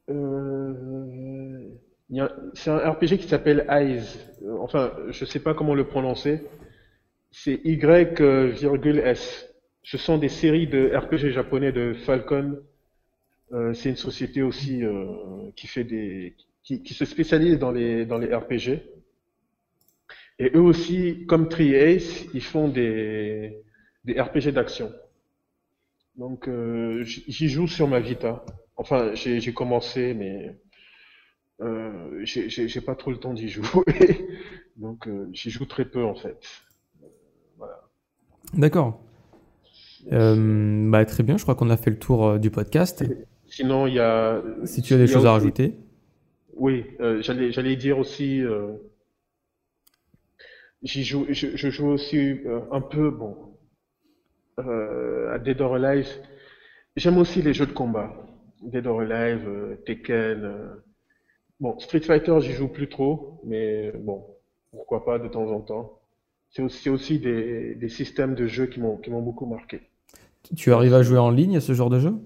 euh, il y a- c'est un R P G qui s'appelle Eyes. Euh, Enfin, je sais pas comment le prononcer. C'est Y euh, virgule S. Ce sont des séries de R P G japonais de Falcon. Euh, c'est une société aussi euh, qui fait des, qui, qui se spécialise dans les dans les R P G. Et eux aussi, comme Tri-Ace, ils font des des R P G d'action. Donc, euh, j- j'y joue sur ma Vita. Enfin, j'ai j'ai commencé, mais euh, j'ai j'ai- j'ai pas trop le temps d'y jouer. Donc, euh, j'y joue très peu en fait. Voilà. D'accord. Donc, c'est- Euh, bah, très bien, je crois qu'on a fait le tour euh, du podcast. Sinon, il y a, Si tu as des il y a choses à aussi, rajouter. oui, euh, j'allais j'allais dire aussi, euh, j'y joue, je, je joue aussi euh, un peu, bon, euh, à Dead or Alive. J'aime aussi les jeux de combat. Dead or Alive, euh, Tekken. euh. Bon, Street Fighter, j'y joue plus trop, mais bon, pourquoi pas de temps en temps. C'est aussi, c'est aussi des, des systèmes de jeu qui m'ont qui m'ont beaucoup marqué. Tu Ouais, arrives à jouer c'est- en ligne à ce genre de jeu?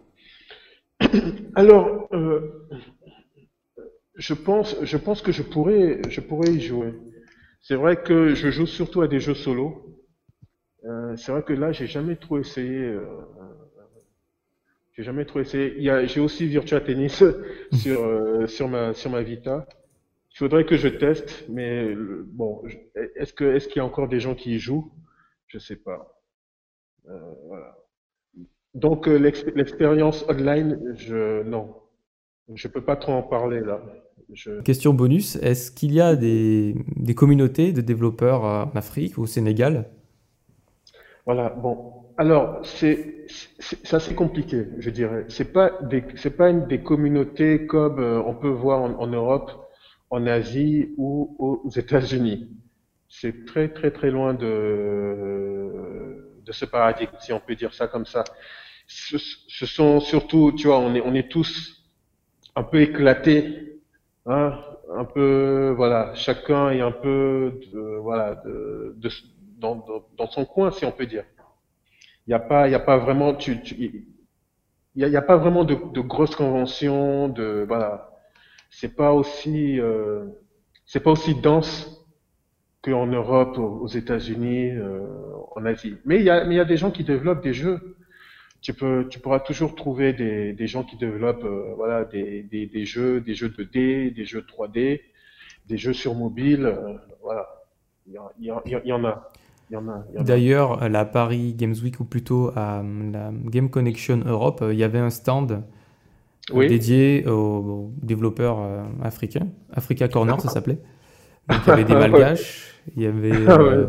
Alors, euh, je pense, je pense que je pourrais, je pourrais y jouer. C'est vrai que je joue surtout à des jeux solo. Euh, c'est vrai que là, j'ai jamais trop essayé. euh, j'ai jamais trop essayé. Il y a, j'ai aussi Virtua Tennis sur euh, sur ma sur ma Vita. Il faudrait que je teste, mais euh, bon, je- est-ce que est-ce qu'il y a encore des gens qui y jouent? Je sais pas. Euh, voilà. Donc euh, l'exp- l'expérience online, je non, je peux pas trop en parler là. Je Question bonus, est-ce qu'il y a des, des communautés de développeurs euh, en Afrique ou au Sénégal? Voilà, bon. Alors, c'est c'est c'est assez compliqué, je dirais. C'est pas des c'est pas une des communautés comme euh, on peut voir en, en Europe, en Asie ou aux États-Unis. C'est très très très loin de de ce paradigme, si on peut dire ça comme ça. Ce, ce sont surtout, tu vois, on est on est tous un peu éclatés, hein, un peu, voilà, chacun est un peu, de, voilà, de, de- dans, dans dans son coin, si on peut dire. Il n'y a pas, il y a pas vraiment, tu, tu- il y a, il y a pas vraiment de, de grosses conventions, de, voilà. C'est pas aussi, euh, c'est pas aussi dense qu'en Europe, aux aux États-Unis, euh, en Asie. Mais il y a, mais il y a des gens qui développent des jeux. Tu peux, tu pourras toujours trouver des, des gens qui développent, euh, voilà, des, des, des jeux, des jeux deux D, des jeux trois D, des jeux sur mobile, euh, voilà. Il y, en- il y, en- il y en a, il y en a, il y en a. D'ailleurs, à la Paris Games Week ou plutôt à euh, la Game Connection Europe, euh, il y avait un stand euh, Oui? dédié aux, aux développeurs euh, africains. Africa Corner, ça s'appelait. Donc il y avait des Malgaches, il y avait Ah euh, ouais.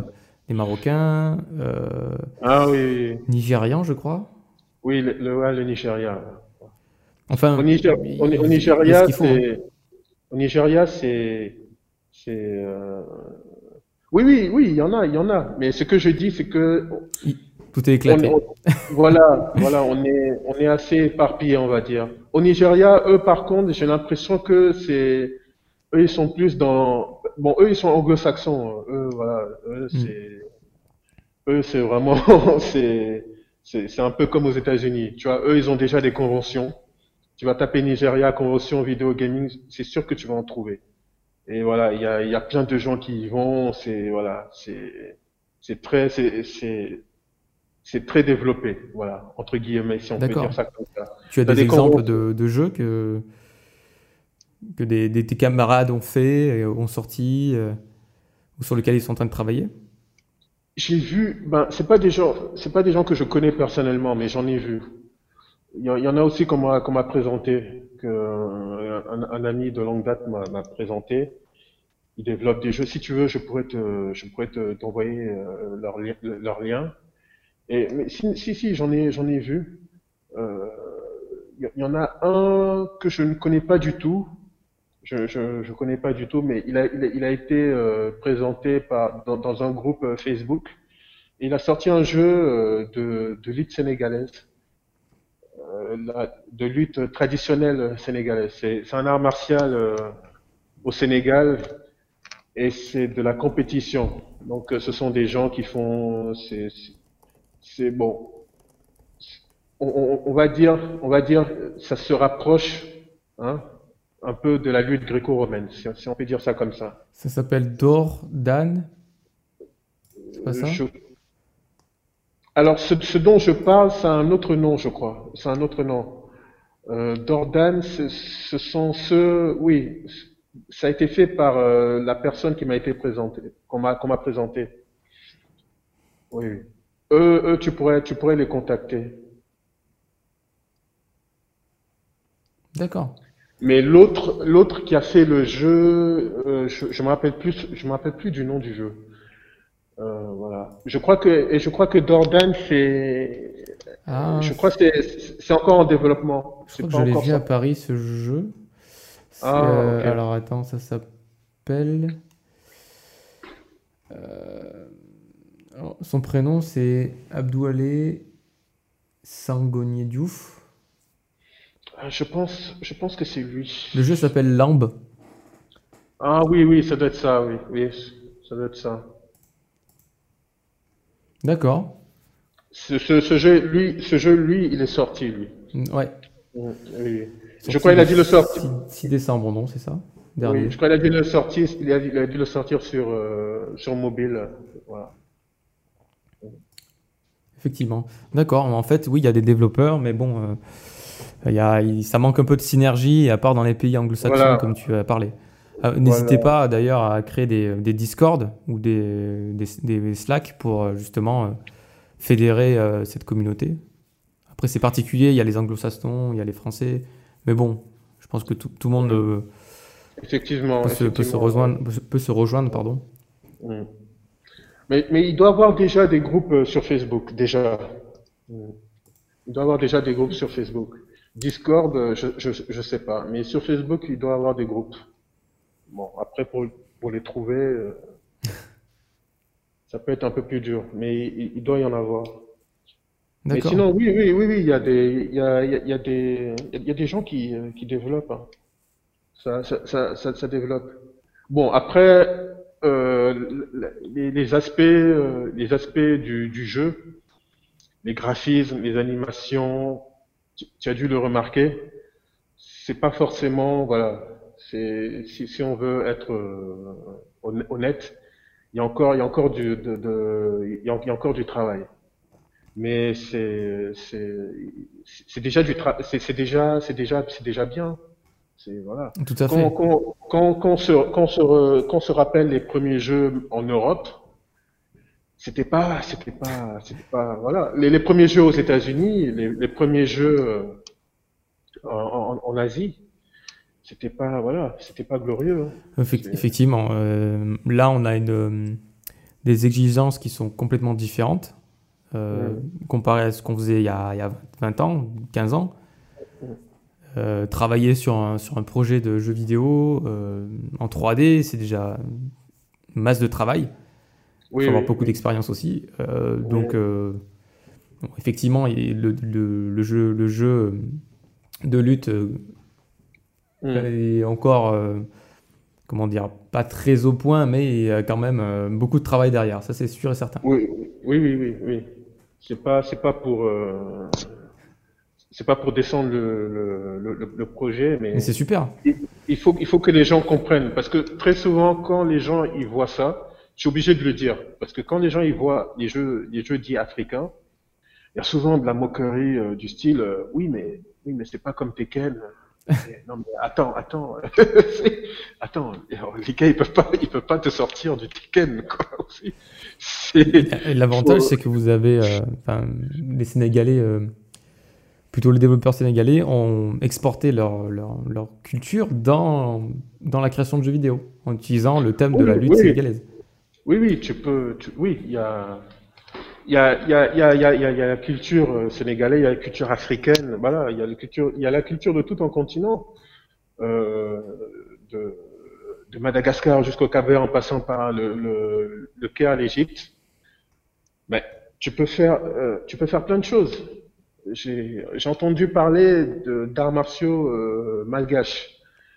les Marocains, euh, Ah oui, oui, oui. Nigérians, je crois. Oui, le, le, ouais, le Nigeria. Au Enfin, Niger, au, au il il y a ce Nigeria, qu'il faut, hein. c'est, au Nigeria, c'est, c'est, euh, oui, oui, oui, il y en a, il y en a. Mais ce que je dis, c'est que Il- Tout est on, éclaté. on- voilà, voilà, on est, on est assez éparpillé, on va dire. Au Nigeria, eux, par contre, j'ai l'impression que c'est, eux, ils sont plus dans, bon, eux, ils sont anglo-saxons. Eux, voilà, eux, Hmm. c'est, eux, c'est vraiment, c'est, c'est, c'est un peu comme aux États-Unis. Tu vois, eux, ils ont déjà des conventions. Tu vas taper Nigeria, convention vidéo gaming, c'est sûr que tu vas en trouver. Et voilà, il y a, il y a plein de gens qui y vont. C'est, voilà, c'est, c'est très, c'est, c'est, c'est très développé. Voilà, entre guillemets, si on peut dire D'accord. ça comme ça. Tu as T'as des des exemples conventions. de, de jeux que, que des, des- tes camarades ont fait, et ont sorti, euh, ou sur lesquels ils sont en train de travailler? J'ai vu, ben, c'est pas des gens, c'est pas des gens que je connais personnellement, mais j'en ai vu. Il y, en il y en a aussi qu'on m'a qu'on m'a présenté, que euh, un, un ami de longue date m'a m'a présenté. Ils développent des jeux. Si tu veux, je pourrais te, je pourrais te, t'envoyer euh, leur, li- leur lien. Et, mais si, si, si, j'en ai, j'en ai vu. Euh, Il y, il y en a un que je ne connais pas du tout. Je, je, je connais pas du tout, mais il a, il a, il a été euh, présenté par, dans, dans un groupe euh, Facebook. Et il a sorti un jeu euh, de, de lutte sénégalaise, euh, la- de lutte traditionnelle sénégalaise. C'est, c'est un art martial euh, au Sénégal et c'est de la compétition. Donc, euh, ce sont des gens qui font, c'est, c'est c'est bon. On, on- on va dire, on va dire, ça se rapproche, hein, un peu de la lutte gréco-romaine, si, si on peut dire ça comme ça. Ça s'appelle Dor Dan, c'est pas Euh, ça? je- Alors, ce, ce dont je parle, c'est un autre nom, je crois. C'est un autre nom. Euh, Dordan, ce, ce sont ceux, oui, ça a été fait par euh, la personne qui m'a été présentée, qu'on m'a qu'on m'a présenté. Oui, oui. Eux, eux, tu pourrais, tu pourrais les contacter. D'accord. Mais l'autre, l'autre qui a fait le jeu, euh, je, je me rappelle plus, je me rappelle plus du nom du jeu. Euh, voilà. Je crois que, et je crois que Dordan, c'est, Ah, je crois que c'est, c'est encore en développement. je crois C'est que pas je l'ai encore vu à sorti. Paris ce jeu. C'est, Ah, ok. euh, alors attends, ça s'appelle. euh, alors, son prénom c'est Abdouale Sangoni Diouf. Ah, Je pense, je pense que c'est lui. Le jeu s'appelle Lambe. Ah oui, oui, ça doit être ça, oui, oui, ça doit être ça. D'accord. Ce, ce, ce jeu, lui, ce jeu, lui, il est sorti, lui. Mm, ouais. Mm, oui. Je Sorti crois qu'il le a dû le sortir. six décembre, non, c'est ça? Oui, Dernier. je crois qu'il a dû le sortir. Il a, il a dû le sortir sur euh, sur mobile. Voilà. Effectivement. D'accord. En fait, oui, il y a des développeurs, mais bon, euh, il y a, il- ça manque un peu de synergie, à part dans les pays anglo-saxons, comme Voilà, tu as parlé. Euh, n'hésitez voilà. pas d'ailleurs à créer des, des Discord ou des, des, des Slack pour euh, justement euh, fédérer euh, cette communauté. Après, c'est particulier, il y a les anglo-saxons, il y a les français, mais bon, je pense que tout, tout le monde Mm. euh, Effectivement, peut se, peut se effectivement. rejoindre, peut se peut se rejoindre, pardon. Mm. Mais mais il doit avoir déjà des groupes euh, sur Facebook, déjà. Mm. Il doit avoir déjà des groupes sur Facebook. Discord, euh, je je je sais pas, mais sur Facebook, il doit avoir des groupes. Bon, après pour pour les trouver. euh, Ça peut être un peu plus dur, mais il, il doit y en avoir. Mais D'accord. sinon, oui, oui, oui, oui, il y a des, il y a, il y a, il y a des, il y a des gens qui, euh, qui développent, hein. Ça, ça, ça, ça, ça développe. Bon, après, euh, les, les aspects, euh, les aspects du, du jeu, les graphismes, les animations, tu, tu as dû le remarquer, c'est pas forcément, voilà, c'est, si, si on veut être euh, honn- honnête, il y a encore, il y a encore du, de, de, il y a, il y a encore du travail. Mais c'est c'est c'est déjà du tra c'est c'est déjà c'est déjà c'est déjà bien. C'est voilà. Tout à Quand fait. quand quand quand on se quand on se re- quand on se rappelle les premiers jeux en Europe, c'était pas c'était pas c'était pas voilà. Les, les premiers jeux aux États-Unis, les, les premiers jeux euh, en, en, en Asie, c'était pas voilà, c'était pas glorieux, hein. Effect- C'est Effectivement. Euh, là, on a une, euh, des exigences qui sont complètement différentes euh, Mm. comparé à ce qu'on faisait il y a, il y a vingt ans, quinze ans. Euh, travailler sur un, sur un projet de jeu vidéo euh, en trois D, c'est déjà une masse de travail. Il Oui, faut avoir oui, beaucoup oui. d'expérience aussi. Euh, Oui. donc, euh, bon, effectivement, il- le, le, le jeu, le jeu de lutte euh, Mm. est encore, euh, comment dire, pas très au point, mais il y a quand même euh, beaucoup de travail derrière. Ça, c'est sûr et certain. Oui, oui, oui, oui, oui. C'est pas, c'est pas pour, euh, c'est pas pour descendre le, le, le, le projet, Mais c'est mais super. il, il faut, il faut que les gens comprennent. Parce que très souvent, quand les gens ils voient ça, je suis obligé de le dire. Parce que quand les gens ils voient les jeux, les jeux dits africains, il y a souvent de la moquerie euh, du style, euh, oui, mais, oui, mais c'est pas comme Tekken. Et non, mais attends, attends, C'est- attends, les gars, ils peuvent pas, ils peuvent pas te sortir du Tekken, quoi. aussi. C'est, Et l'avantage, faut, c'est que vous avez, euh, enfin, les Sénégalais, euh, plutôt les développeurs sénégalais, ont exporté leur, leur, leur culture dans, dans la création de jeux vidéo, en utilisant le thème de oui, la lutte oui, sénégalaise. oui, oui, tu peux, tu- oui, il y a, il y a, il y a, il y a, il y a, il y a il y a la culture euh, sénégalaise, il y a la culture africaine, voilà, il y a la culture, il y a la culture de tout un continent, euh, de, de Madagascar jusqu'au Cap-Vert en passant par le, le, le Caire, l'Égypte. Mais tu peux faire, euh, tu peux faire plein de choses. J'ai, j'ai entendu parler de, d'arts martiaux euh, malgaches.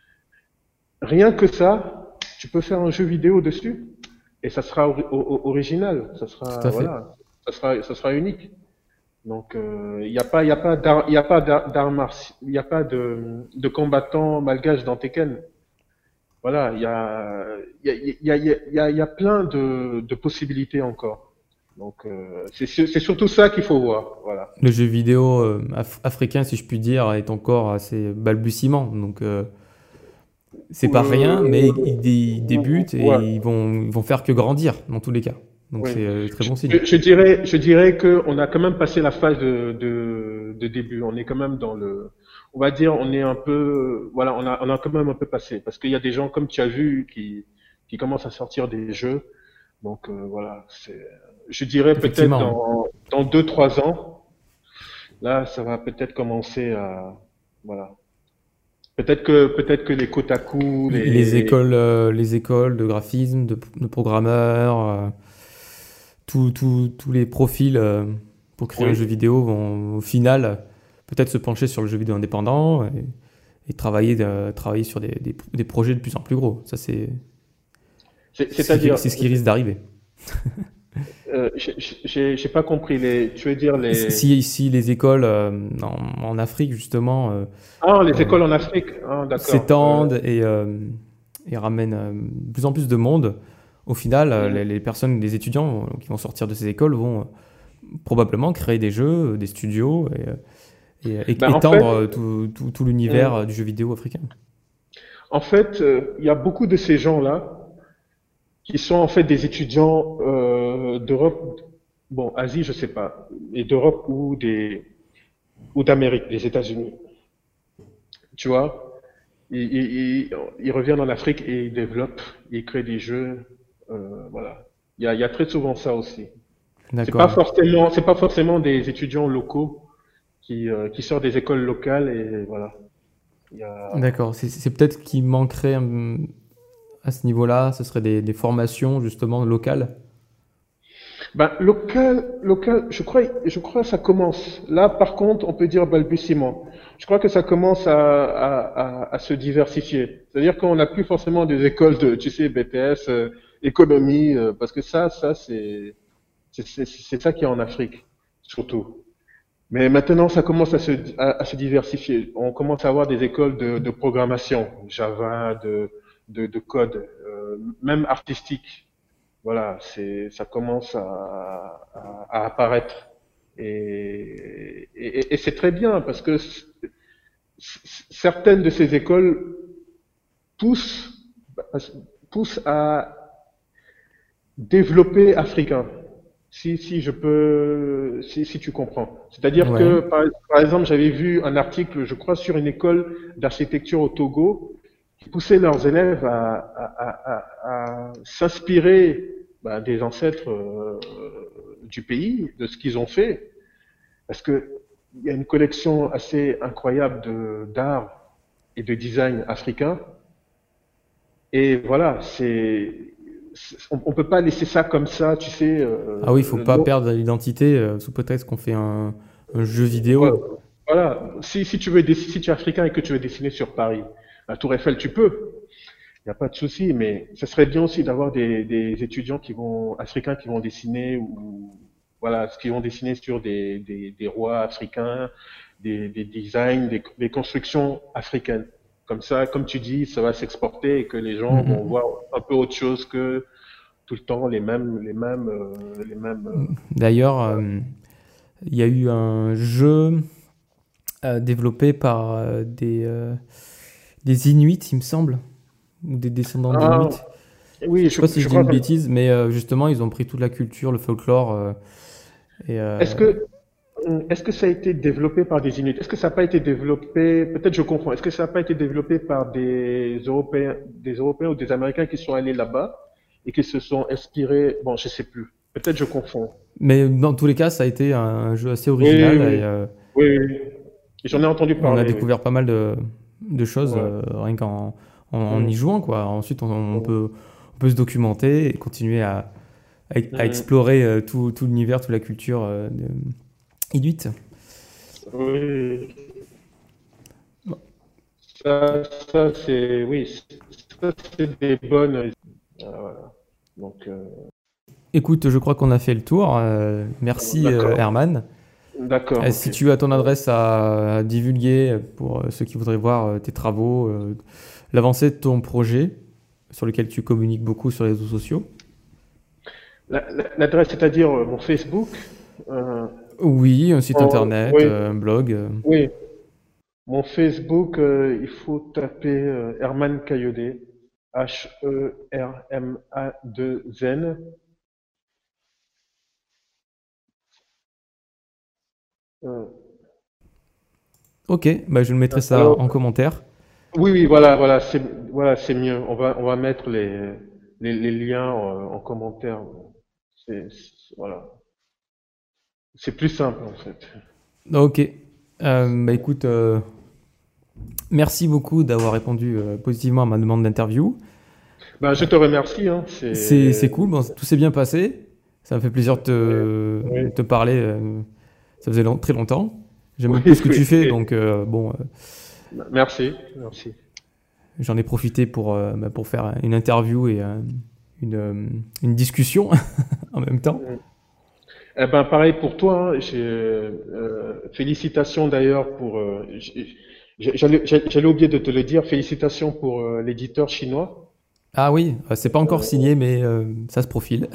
Rien que ça, tu peux faire un jeu vidéo dessus et ça sera ori- o- o- original, ça Tout sera à fait. voilà, ça sera, ça sera unique. Donc euh, il n'y a pas, il y a pas d'art, il y a pas d'art, d'arts marti- il y a pas de, de combattants malgaches dans Tekken. Voilà, il y a, il y a, il y a, il y a, il y a il y a plein de, de possibilités encore. Donc euh, c'est, su- c'est surtout ça qu'il faut voir. Voilà. Le jeu vidéo euh, af- africain, si je puis dire, est encore assez balbutiement. Donc, euh, c'est pas rien, mais Euh, ils, dé- ils débutent et ouais. ils vont, ils vont faire que grandir dans tous les cas. Donc, Oui. c'est euh, très Je, bon signe. je- je dirais, je dirais que on a quand même passé la phase de, de, de début. On est quand même dans le, on va dire, on est un peu, voilà, on a, on a quand même un peu passé. Parce qu'il y a des gens, comme tu as vu, qui, qui commencent à sortir des jeux. Donc, euh, voilà, c'est, je dirais peut-être Effectivement, ouais. dans, dans deux, trois ans, là, ça va peut-être commencer à, voilà. Peut-être que, peut-être que les Kotaku, Les les, écoles, euh, les écoles de graphisme, de, de programmeurs, euh, tous tous- tous les profils euh, pour créer un jeu oui, vidéo vont au final peut-être se pencher sur le jeu vidéo indépendant et, et travailler, de- travailler sur des, des- des projets de plus en plus gros. Ça, c'est c'est- c'est ce qui c'est-à-dire, c'est ce qui risque d'arriver. euh, j'ai j'ai- j'ai pas compris les, tu veux dire les, Si, si les écoles euh, en, en Afrique, justement, euh, ah, les euh, écoles en Afrique, ah, d'accord. Euh, s'étendent et, euh, et ramènent euh, de plus en plus de monde, au final, euh, mm. les, les personnes, les étudiants euh, qui vont sortir de ces écoles vont euh, probablement créer des jeux, euh, des studios et, euh, et, et Ben, en étendre fait, euh, tout, tout, tout l'univers mm, euh, du jeu vidéo africain. en fait, euh, il y a beaucoup de ces gens-là qui sont en fait des étudiants euh, d'Europe, bon, Asie, je sais pas, et d'Europe ou des ou d'Amérique, des États-Unis. Tu vois, ils, ils, ils, ils reviennent en Afrique et ils développent, ils créent des jeux, euh, voilà. Il y a, il y a très souvent ça aussi. C'est pas D'accord. forcément, c'est pas forcément des étudiants locaux qui, euh, qui sortent des écoles locales et voilà. Il y a... D'accord. C'est c'est peut-être qu'il manquerait hum, à ce niveau-là, ce serait des, des formations justement locales. Ben, local, local, je crois, je crois que ça commence. Là, par contre, on peut dire balbutiement. Je crois que ça commence à, à, à, à se diversifier. C'est-à-dire qu'on n'a plus forcément des écoles de, tu sais, B T S, euh, économie, euh, parce que ça, ça, c'est, c'est, c'est c'est ça qui est en Afrique, surtout. Mais maintenant, ça commence à se, à, à se diversifier. On commence à avoir des écoles de, de programmation, Java, de, de, de code, euh, même artistique. Voilà, c'est, ça commence à, à, à apparaître. Et, et, et c'est très bien parce que c- c- certaines de ces écoles poussent, poussent à développer africain. Si, si je peux, si, si tu comprends. C'est-à-dire Ouais. que, par, par exemple, j'avais vu un article, je crois, sur une école d'architecture au Togo qui poussait leurs élèves à, à, à, à, à s'inspirer bah, des ancêtres euh, du pays, de ce qu'ils ont fait. Parce que il y a une collection assez incroyable de d'art et de design africain. Et voilà, c'est, c'est- on, on peut pas laisser ça comme ça, tu sais. Ah oui, il faut Euh, pas non, perdre l'identité euh, sous prétexte qu'on fait un, un jeu voilà. vidéo. Voilà. Si, si tu veux, dess- si tu es africain et que tu veux dessiner sur Paris, la Tour Eiffel, tu peux. Il n'y a pas de souci, mais ce serait bien aussi d'avoir des, des étudiants qui vont, africains qui vont dessiner ou, voilà, qui vont dessiner sur des, des, des rois africains, des, des designs, des, des constructions africaines. Comme ça, comme tu dis, ça va s'exporter et que les Mm, gens vont mm. voir un peu autre chose que tout le temps les mêmes, les mêmes, euh, les mêmes. euh, D'ailleurs, voilà. euh, il y a eu un jeu euh, développé par euh, des, euh, des Inuits, il me semble, ou des descendants Ah, d'Inuits. oui, Je sais je, pas si je je dis crois. une que- bêtise, mais euh, justement, ils ont pris toute la culture, le folklore, euh, et Est-ce euh, que Hum, Est-ce que ça a été développé par des Inuits? Est-ce que ça n'a pas été développé, peut-être je confonds, est-ce que ça n'a pas été développé par des Européens, des Européens ou des Américains qui sont allés là-bas et qui se sont inspirés, bon, je sais plus, peut-être je confonds. mais dans tous les cas, ça a été un jeu assez Oui, original et oui, euh, oui, oui. J'en ai entendu on a parler, oui. découvert pas mal de, de choses Ouais. euh, rien qu'en en, en y Hum, jouant, quoi. Ensuite, on, on hum, peut, on peut se documenter et continuer à, à, à hum. explorer euh, tout, tout l'univers, toute la culture euh, de- inuite. Oui, Bon. ça, ça c'est, oui, ça c'est des bonnes. Ah, voilà. Donc, euh, Écoute, je crois qu'on a fait le tour. Euh, merci euh, d'accord, Herman. d'accord, Euh, ok. si tu as ton adresse à, à divulguer pour euh, ceux qui voudraient voir euh, tes travaux, euh, l'avancée de ton projet sur lequel tu communiques beaucoup sur les réseaux sociaux. La- la- L'adresse, c'est-à-dire euh, mon Facebook. euh, Oui, un site en- internet, oui, euh, un blog. euh. oui. Mon Facebook, euh, il faut taper euh, Herman Kayode, H E R M A deux N. Euh, Ok, bah, je mettrai ça alors, en commentaire. oui, oui, voilà, voilà, c'est voilà, c'est mieux. On va, on va mettre les, les, les liens euh, en commentaire. C'est, c'est- voilà, c'est plus simple en fait. Ok. Euh, bah, écoute, euh, merci beaucoup d'avoir répondu euh, positivement à ma demande d'interview. Ben, je te remercie, hein, C'est, c'est c'est, cool, bon, tout s'est bien passé. Ça me fait plaisir de te, oui, te parler. euh, ça faisait long- très longtemps. J'aime oui, beaucoup ce que oui, tu fais, oui. donc euh, bon, euh, Merci, merci. j'en ai profité pour, euh, bah, pour faire une interview et euh, une, euh, une discussion en même temps. Eh ben, pareil pour toi, hein. J'ai, euh, félicitations d'ailleurs pour. euh, j'ai- j'ai- j'allais j'ai- j'allais oublier de te le dire. Félicitations pour euh, l'éditeur chinois. Ah oui, euh, c'est pas encore Euh, signé, mais euh, ça se profile.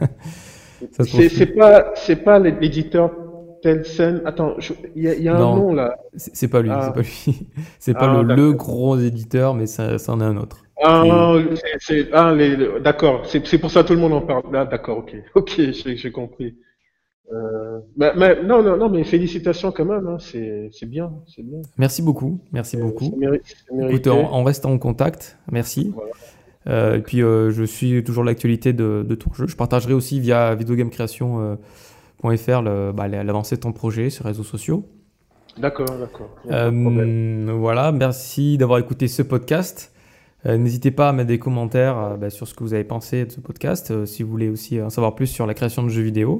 Ça se c'est c'est profile. pas c'est pas l'éditeur Tencent. Attends, je- il y a, il y a un Non, nom là. c'est c'est pas lui, c'est Ah, pas lui. C'est pas le, ah le d'accord. gros éditeur, mais ça, ça en est un autre. Qui... Ah, c'est c'est- ah, les, les- d'accord. C'est c'est pour ça que tout le monde en parle. Ah, d'accord, ok, ok, j'ai j'ai compris. Euh, mais, mais- non, non, non, mais félicitations quand même. Hein, c'est c'est bien, c'est bien. Merci beaucoup, merci C'est c'est beaucoup. méri- c'est Écoute, on, mérité. on reste en contact, merci. Voilà. Euh, et puis, euh, je suis toujours l'actualité de, de ton jeu. Je partagerai aussi via videogamecreation point f r le- bah, l'avancée de ton projet sur les réseaux sociaux. D'accord, d'accord, il n'y a pas de problème. Euh, voilà, merci d'avoir écouté ce podcast. Euh, n'hésitez pas à mettre des commentaires euh, bah, sur ce que vous avez pensé de ce podcast, euh, si vous voulez aussi en savoir plus sur la création de jeux vidéo.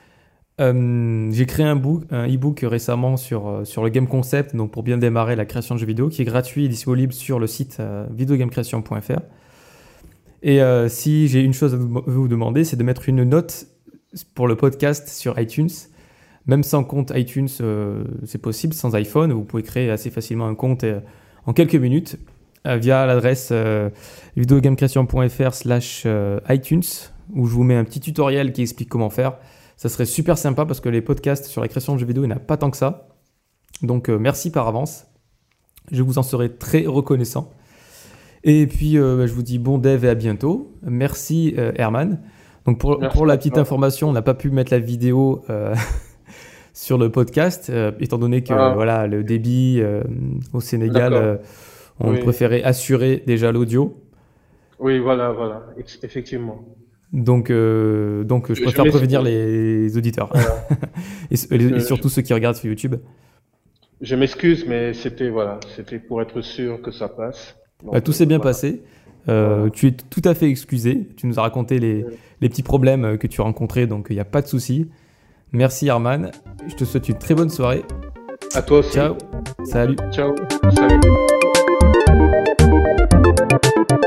Euh, j'ai créé un, book, un e-book récemment sur, euh, sur le game concept, donc pour bien démarrer la création de jeux vidéo, qui est gratuit et disponible sur le site euh, videogamecreation point f r. Et euh, si j'ai une chose à vous vous demander, c'est de mettre une note pour le podcast sur iTunes. Même sans compte iTunes, euh, c'est possible, sans iPhone. Vous pouvez créer assez facilement un compte euh, en quelques minutes euh, via l'adresse euh, videogamecreation point f r slash euh, iTunes, où je vous mets un petit tutoriel qui explique comment faire. Ça serait super sympa parce que les podcasts sur la création de jeux vidéo, il n'y en a pas tant que ça. Donc euh, merci par avance. Je vous en serai très reconnaissant. Et puis euh, bah, je vous dis bon dev et à bientôt. Merci euh, Herman. Donc pour, Merci pour la à petite toi. information, on n'a pas pu mettre la vidéo euh, sur le podcast, euh, étant donné que Ah, voilà, le débit euh, au Sénégal, d'accord. euh, on Oui, préférait assurer déjà l'audio. oui, voilà, voilà, ex- effectivement. Donc, euh, donc je Je préfère m'excuse. prévenir les auditeurs. Voilà. et, et- et Je, surtout ceux qui regardent sur YouTube. je m'excuse, mais c'était voilà, c'était pour être sûr que ça passe. Bah, Donc tout euh, s'est bien voilà. passé. Euh, Voilà. tu es tout à fait excusé. Tu nous as raconté les, Euh, les petits problèmes que tu as rencontrés, donc il n'y a pas de souci. Merci Arman. Je te souhaite une très bonne soirée. À toi aussi. Ciao. Salut. Ciao. Salut.